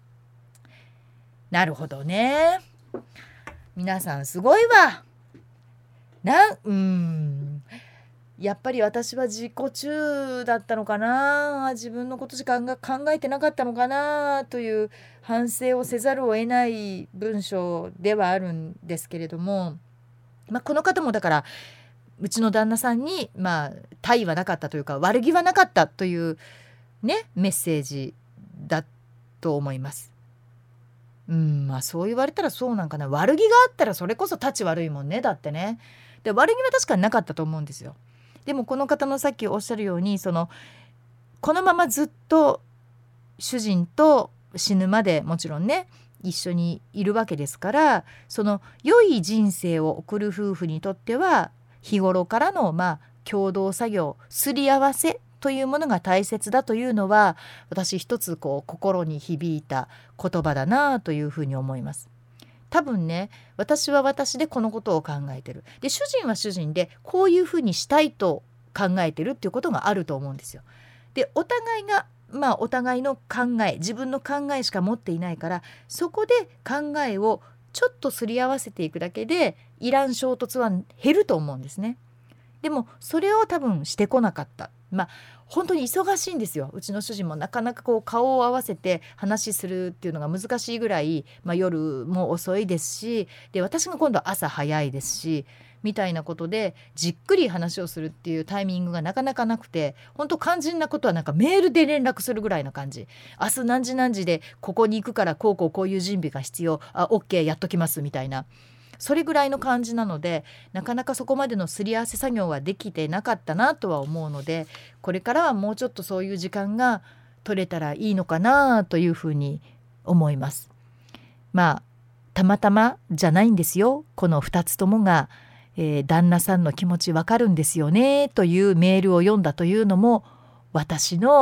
なるほどね。皆さんすごいわ。な、うーん。やっぱり私は自己中だったのかな。自分のことしか考えてなかったのかなという反省をせざるを得ない文章ではあるんですけれども、まあ、この方もだからうちの旦那さんにまあ対はなかったというか悪気はなかったというねメッセージだと思います。うんまあそう言われたらそうなんかな。悪気があったらそれこそ立ち悪いもんね。だってね。で悪気は確かになかったと思うんですよ。でもこの方のさっきおっしゃるように、そのこのままずっと主人と死ぬまでもちろんね一緒にいるわけですから、その良い人生を送る夫婦にとっては日頃からのまあ共同作業すり合わせというものが大切だというのは、私一つこう心に響いた言葉だなというふうに思います。多分ね、私は私でこのことを考えてる。で、主人は主人でこういうふうにしたいと考えてるっていうことがあると思うんですよ。で、お互いがまあお互いの考え、自分の考えしか持っていないから、そこで考えをちょっとすり合わせていくだけでいらん衝突は減ると思うんですね。でもそれを多分してこなかった。まあ本当に忙しいんですよ。うちの主人もなかなかこう顔を合わせて話するっていうのが難しいぐらい、まあ、夜も遅いですし、で私が今度は朝早いですしみたいなことでじっくり話をするっていうタイミングがなかなかなくて、本当肝心なことはなんかメールで連絡するぐらいな感じ。明日何時何時でここに行くからこうこうこういう準備が必要、あ OK やっときますみたいな、それぐらいの感じなので、なかなかそこまでのすり合わせ作業はできてなかったなとは思うので、これからはもうちょっとそういう時間が取れたらいいのかなというふうに思います。まあたまたまじゃないんですよ。このふたつともが、えー、旦那さんの気持ちわかるんですよねというメールを読んだというのも私の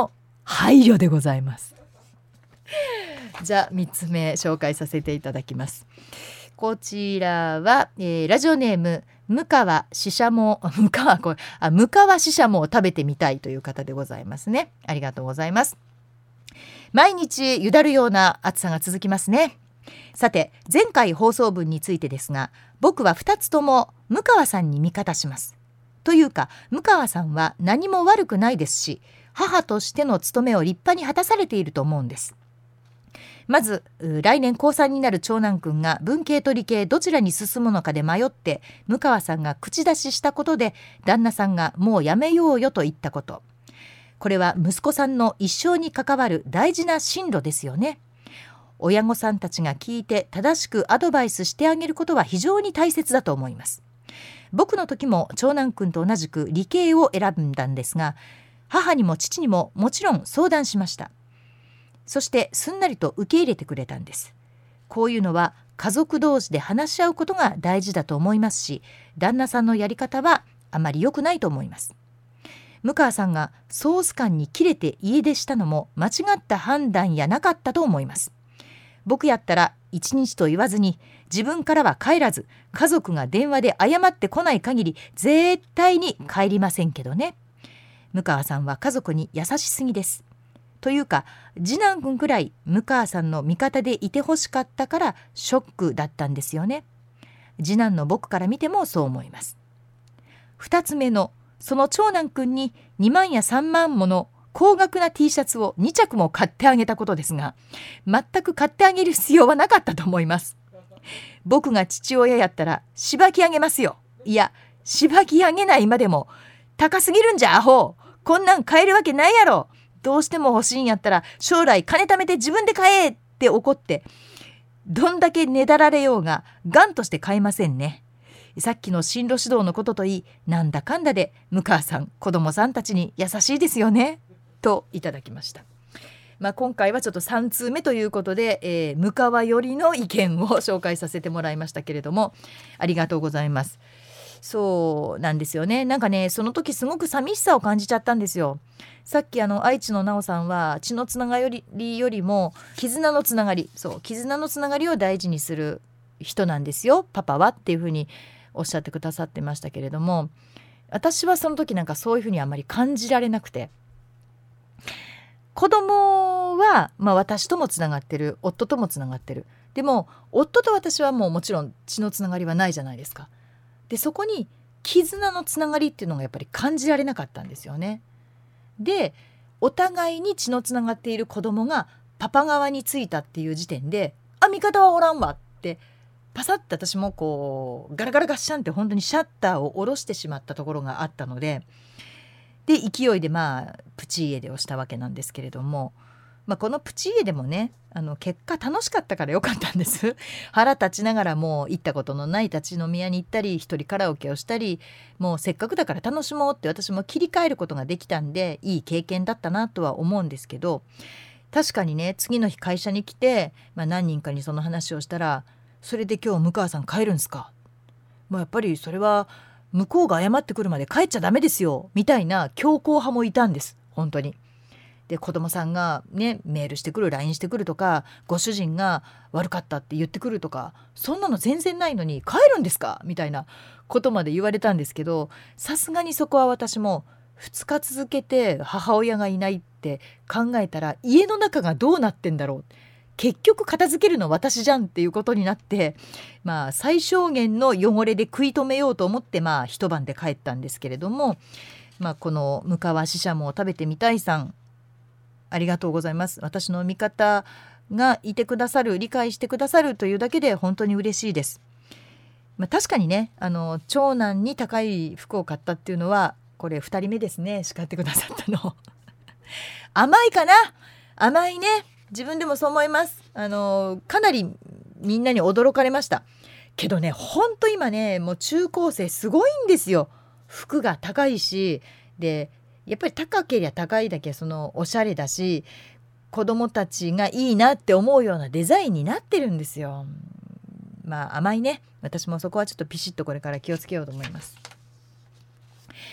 配慮でございます。じゃあみっつめ紹介させていただきます。こちらは、えー、ラジオネーム向川ししゃも向川これあ向川ししゃもを食べてみたいという方でございますね。ありがとうございます。毎日ゆだるような暑さが続きますね。さて前回放送分についてですが、僕はふたつとも向川さんに味方します。というか向川さんは何も悪くないですし、母としての務めを立派に果たされていると思うんです。まず来年こうさんになる長男くんが文系と理系どちらに進むのかで迷って向川さんが口出ししたことで、旦那さんがもうやめようよと言ったこと、これは息子さんの一生に関わる大事な進路ですよね。親御さんたちが聞いて正しくアドバイスしてあげることは非常に大切だと思います。僕の時も長男くんと同じく理系を選んだんですが、母にも父にももちろん相談しました。そしてすんなりと受け入れてくれたんです。こういうのは家族同士で話し合うことが大事だと思いますし、旦那さんのやり方はあまり良くないと思います。向川さんがソース感に切れて家出したのも間違った判断やなかったと思います。僕やったら一日と言わずに自分からは帰らず、家族が電話で謝ってこない限り絶対に帰りませんけどね。向川さんは家族に優しすぎです。というか次男くんくらい向川さんの味方でいてほしかったからショックだったんですよね。次男の僕から見てもそう思います。二つ目のその長男くんににまんやさんまんもの高額な T シャツをにちゃくも買ってあげたことですが、全く買ってあげる必要はなかったと思います。僕が父親やったらしばき上げますよ。いやしばき上げないまでも、高すぎるんじゃアホ、こんなん買えるわけないやろ、どうしても欲しいんやったら将来金貯めて自分で買えって怒って、どんだけねだられようがガンとして買えませんね。さっきの進路指導のことといい、なんだかんだで向川さん子供さんたちに優しいですよねといただきました。まあ、今回はちょっとさん通目ということで、えー、向川よりの意見を紹介させてもらいましたけれども、ありがとうございます。そうなんですよね。なんかね、その時すごく寂しさを感じちゃったんですよ。さっきあの愛知のなおさんは血のつながりよりも絆のつながり、そう絆のつながりを大事にする人なんですよパパはっていうふうにおっしゃってくださってましたけれども、私はその時なんかそういうふうにあまり感じられなくて、子供は、まあ、私ともつながってる、夫ともつながってる。でも夫と私はもうもちろん血のつながりはないじゃないですか。でそこに絆のつながりっていうのがやっぱり感じられなかったんですよね。でお互いに血のつながっている子供がパパ側についたっていう時点で、あ味方はおらんわってパサッて私もこうガラガラガッシャンって本当にシャッターを下ろしてしまったところがあったので、で勢いでまあプチ家出をしたわけなんですけれども、まあ、このプチ家出もね、あの結果楽しかったからよかったんです腹立ちながらもう行ったことのない立ち飲み屋に行ったり、一人カラオケをしたり、もうせっかくだから楽しもうって私も切り替えることができたんで、いい経験だったなとは思うんですけど、確かにね次の日会社に来て、まあ、何人かにその話をしたら、それで今日向川さん帰るんすか、もうやっぱりそれは向こうが謝ってくるまで帰っちゃダメですよみたいな強硬派もいたんです本当に。で子供さんがねメールしてくる ライン してくるとか、ご主人が悪かったって言ってくるとか、そんなの全然ないのに帰るんですかみたいなことまで言われたんですけど、さすがにそこは私もふつか続けて母親がいないって考えたら家の中がどうなってんだろう、結局片付けるの私じゃんっていうことになって、まあ最小限の汚れで食い止めようと思ってまあ一晩で帰ったんですけれども、まあこの向川ししゃもを食べてみたいさん、ありがとうございます。私の味方がいてくださる、理解してくださるというだけで本当に嬉しいです。まあ、確かにね、あの長男に高い服を買ったっていうのはこれふたりめですね、叱ってくださったの甘いかな、甘いね、自分でもそう思います。あのかなりみんなに驚かれましたけどね、ほんと今ねもう中高生すごいんですよ。服が高いし、でやっぱり高ければ高いだけそのおしゃれだし、子供たちがいいなって思うようなデザインになってるんですよ。まあ甘いね、私もそこはちょっとピシッとこれから気をつけようと思います。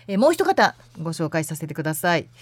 えー、もう一方ご紹介させてください。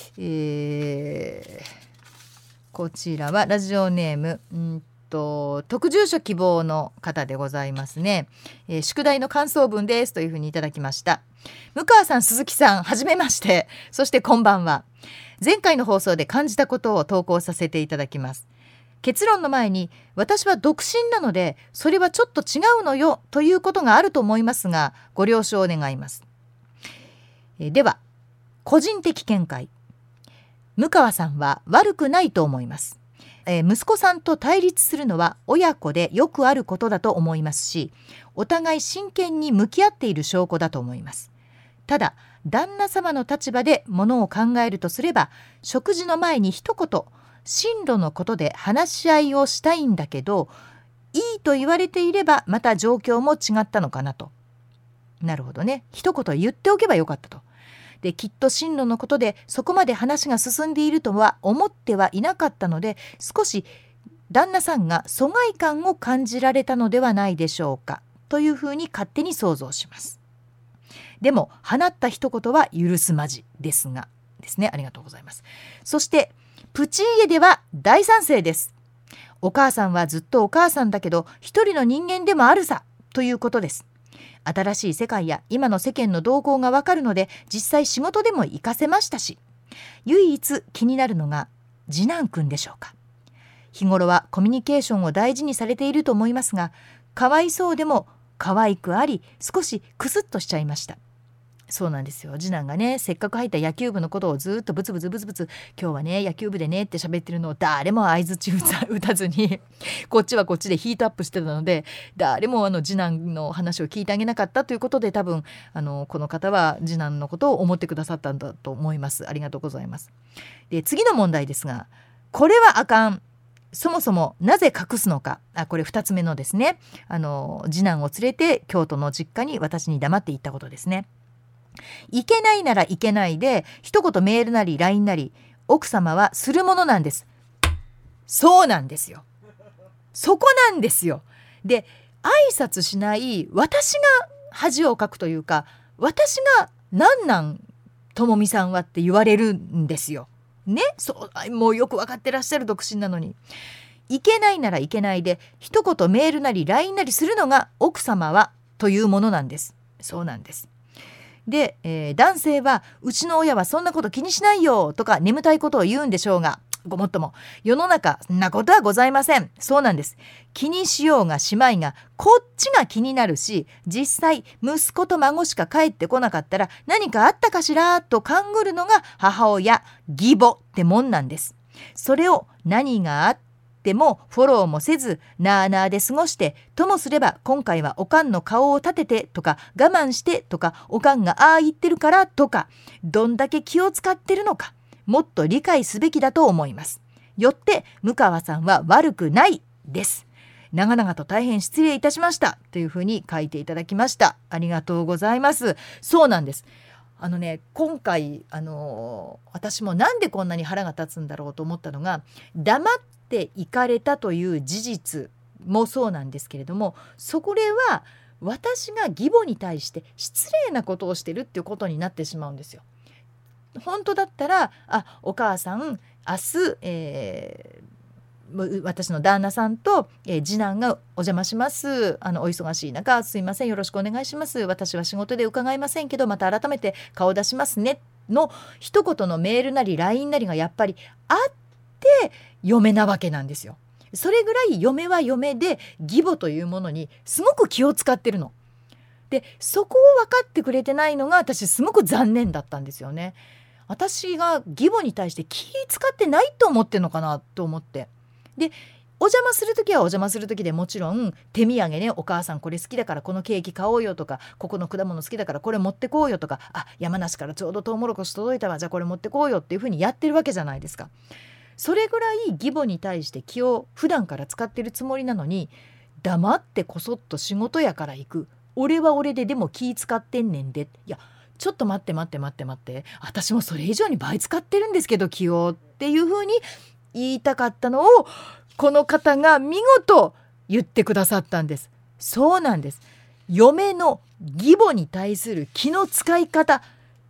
えー、こちらはラジオネームんと特住所希望の方でございますね、えー、宿題の感想文ですというふうにいただきました。向川さん、鈴木さん、はじめまして。そしてこんばんは。前回の放送で感じたことを投稿させていただきます。結論の前に、私は独身なのでそれはちょっと違うのよということがあると思いますが、ご了承願います。えー、では個人的見解、向川さんは悪くないと思います。えー、息子さんと対立するのは親子でよくあることだと思いますし、お互い真剣に向き合っている証拠だと思います。ただ旦那様の立場でものを考えるとすれば、食事の前に一言進路のことで話し合いをしたいんだけど、いいと言われていればまた状況も違ったのかなと。なるほどね、一言言っておけばよかったと。できっと進路のことでそこまで話が進んでいるとは思ってはいなかったので、少し旦那さんが疎外感を感じられたのではないでしょうかというふうに勝手に想像します。でも放った一言は許すまじですがですね。ありがとうございます。そしてプチ家では大賛成です。お母さんはずっとお母さんだけど一人の人間でもあるさということです。新しい世界や今の世間の動向がわかるので、実際仕事でも活かせましたし、唯一気になるのが次男くんでしょうか。日頃はコミュニケーションを大事にされていると思いますが、かわいそうでも可愛くあり、少しクスッとしちゃいました。そうなんですよ。次男がね、せっかく入った野球部のことをずっとブツブツブツブツ、今日はね野球部でねって喋ってるのを誰も相槌打たずにこっちはこっちでヒートアップしてたので、誰もあの次男の話を聞いてあげなかったということで、多分あのこの方は次男のことを思ってくださったんだと思います。ありがとうございます。で次の問題ですが、これはあかん、そもそもなぜ隠すのか。あこれふたつめのですね、あの次男を連れて京都の実家に私に黙って行ったことですね。いけないならいけないで、一言メールなり ライン なり奥様はするものなんです。そうなんですよ。そこなんですよ。で挨拶しない私が恥をかくというか、私がなんなんともみさんはって言われるんですよね。そうもうよく分かってらっしゃる独身なのに、いけないならいけないで一言メールなり ライン なりするのが奥様はというものなんです。そうなんです。で、えー、男性はうちの親はそんなこと気にしないよとか眠たいことを言うんでしょうが、ごもっとも世の中そんなことはございません。そうなんです。気にしようがしまいがこっちが気になるし、実際息子と孫しか帰ってこなかったら何かあったかしらと勘ぐるのが母親義母ってもんなんです。それを何があってでもフォローもせずなあなあで過ごして、ともすれば今回はおかんの顔を立ててとか我慢してとか、おかんがああ言ってるからとか、どんだけ気を使ってるのかもっと理解すべきだと思います。よって向川さんは悪くないです。長々と大変失礼いたしましたというふうに書いていただきました。ありがとうございます。そうなんです。あのね、今回あのー、私もなんでこんなに腹が立つんだろうと思ったのが、黙って行かれたという事実もそうなんですけれども、そこれは私が義母に対して失礼なことをしてるっていうことになってしまうんですよ。本当だったら、あ、お母さん明日、えー私の旦那さんと、えー、次男がお邪魔します。あのお忙しい中すいません、よろしくお願いします。私は仕事で伺いませんけどまた改めて顔出しますねの一言のメールなり ライン なりがやっぱりあって嫁なわけなんですよ。それぐらい嫁は嫁で義母というものにすごく気を使ってるので、そこを分かってくれてないのが私すごく残念だったんですよね。私が義母に対して気使ってないと思ってるのかなと思って、でお邪魔するときはお邪魔するときでもちろん手土産ね、お母さんこれ好きだからこのケーキ買おうよとか、ここの果物好きだからこれ持ってこうよとか、あ、山梨からちょうどトウモロコシ届いたわ、じゃあこれ持ってこうよっていうふうにやってるわけじゃないですか。それぐらい義母に対して気を普段から使ってるつもりなのに、黙ってこそっと仕事やから行く、俺は俺ででも気使ってんねんで、いやちょっと待って待って待って待って、私もそれ以上に倍使ってるんですけど気をっていうふうに言いたかったのをこの方が見事言ってくださったんです。そうなんです。嫁の義母に対する気の使い方、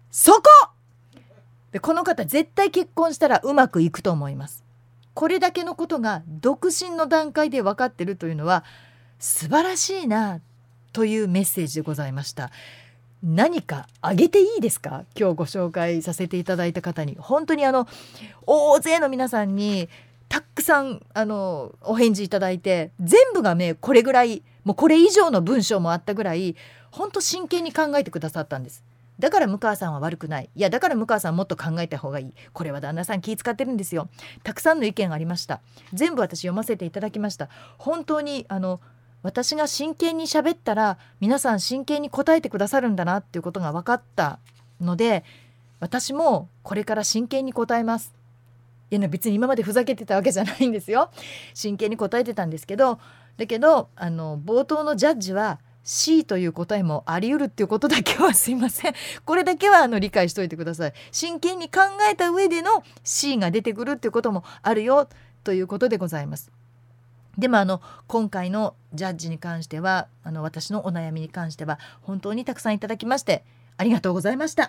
そこで、この方絶対結婚したらうまくいくと思います。これだけのことが独身の段階で分かってるというのは素晴らしいなというメッセージでございました。何かあげていいですか？今日ご紹介させていただいた方に本当にあの大勢の皆さんにたくさんあのお返事いただいて、全部がねこれぐらい、もうこれ以上の文章もあったぐらい本当真剣に考えてくださったんです。だから向川さんは悪くない、いやだから向川さんもっと考えた方がいい、これは旦那さん気遣ってるんですよ。たくさんの意見がありました。全部私読ませていただきました。本当にあの私が真剣に喋ったら皆さん真剣に答えてくださるんだなっていうことが分かったので、私もこれから真剣に答えます。いや別に今までふざけてたわけじゃないんですよ。真剣に答えてたんですけど、だけどあの冒頭のジャッジは C という答えもあり得るっていうことだけはすいません、これだけはあの理解しといてください。真剣に考えた上での C が出てくるっていうこともあるよということでございます。でもあの今回のジャッジに関しては、あの私のお悩みに関しては本当にたくさんいただきましてありがとうございました。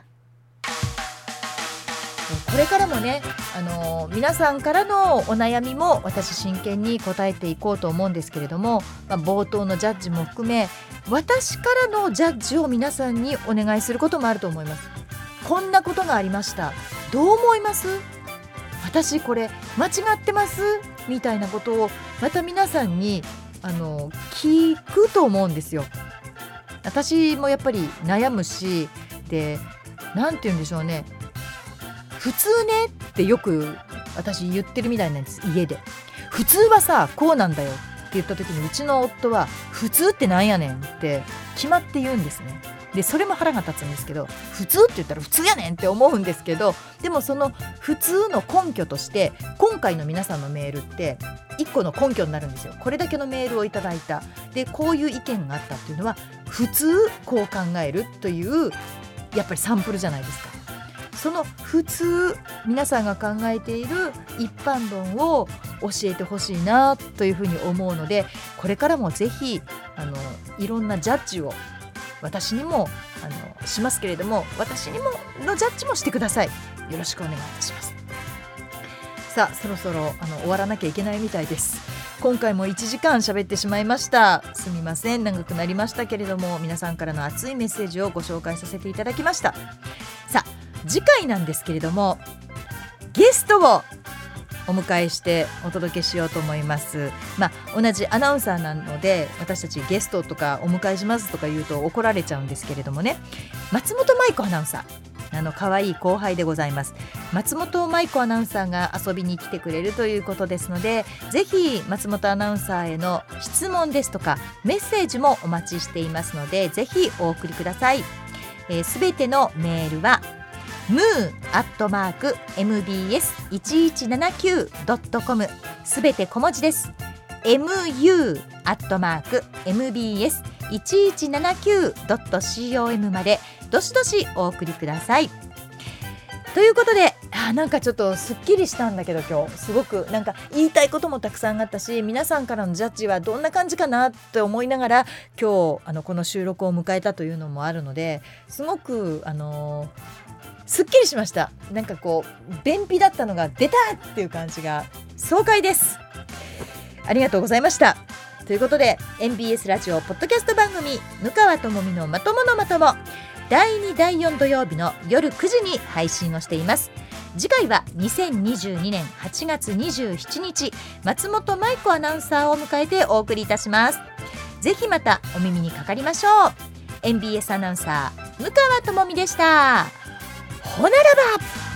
これからもね、あの皆さんからのお悩みも私真剣に答えていこうと思うんですけれども、まあ、冒頭のジャッジも含め私からのジャッジを皆さんにお願いすることもあると思います。こんなことがありました、どう思います？私これ間違ってますみたいなことをまた皆さんにあの聞くと思うんですよ。私もやっぱり悩むし、でなんて言うんでしょうね、普通ねってよく私言ってるみたいなんです。家で普通はさこうなんだよって言った時に、うちの夫は普通ってなんやねんって決まって言うんですね。でそれも腹が立つんですけど、普通って言ったら普通やねんって思うんですけど、でもその普通の根拠として今回の皆さんのメールっていっこの根拠になるんですよ。これだけのメールをいただいた、でこういう意見があったっていうのは普通こう考えるというやっぱりサンプルじゃないですか。その普通皆さんが考えている一般論を教えてほしいなというふうに思うので、これからもぜひあのいろんなジャッジを私にもあのしますけれども、私にものジャッジもしてください。よろしくお願いいたします。さあそろそろあの終わらなきゃいけないみたいです。今回もいちじかん喋ってしまいました。すみません、長くなりましたけれども、皆さんからの熱いメッセージをご紹介させていただきました。さあ次回なんですけれども、ゲストをお迎えしてお届けしようと思います。まあ、同じアナウンサーなので私たちゲストとかお迎えしますとか言うと怒られちゃうんですけれどもね、松本舞子アナウンサー、あの可愛い後輩でございます。松本舞子アナウンサーが遊びに来てくれるということですので、ぜひ松本アナウンサーへの質問ですとかメッセージもお待ちしていますので、ぜひお送りください。すべてのメールはムーアットマーク エムビーエスいちいちななきゅうドットコム、 すべて小文字です。 エムユー アットマーク エムビーエスいちいちななきゅうドットコム までどしどしお送りください。ということで、あなんかちょっとすっきりしたんだけど、今日すごくなんか言いたいこともたくさんあったし、皆さんからのジャッジはどんな感じかなって思いながら今日あのこの収録を迎えたというのもあるので、すごくあのーすっきりしました。なんかこう便秘だったのが出たっていう感じが爽快です。ありがとうございました。ということで エムビーエス ラジオポッドキャスト番組向川智美のまとものまとも、だいにだいよん土曜日の夜くじに配信をしています。次回はにせんにじゅうにねんはちがつにじゅうしちにち、松本舞子アナウンサーを迎えてお送りいたします。ぜひまたお耳にかかりましょう。 エムビーエス アナウンサー向川智美でした。ほならば。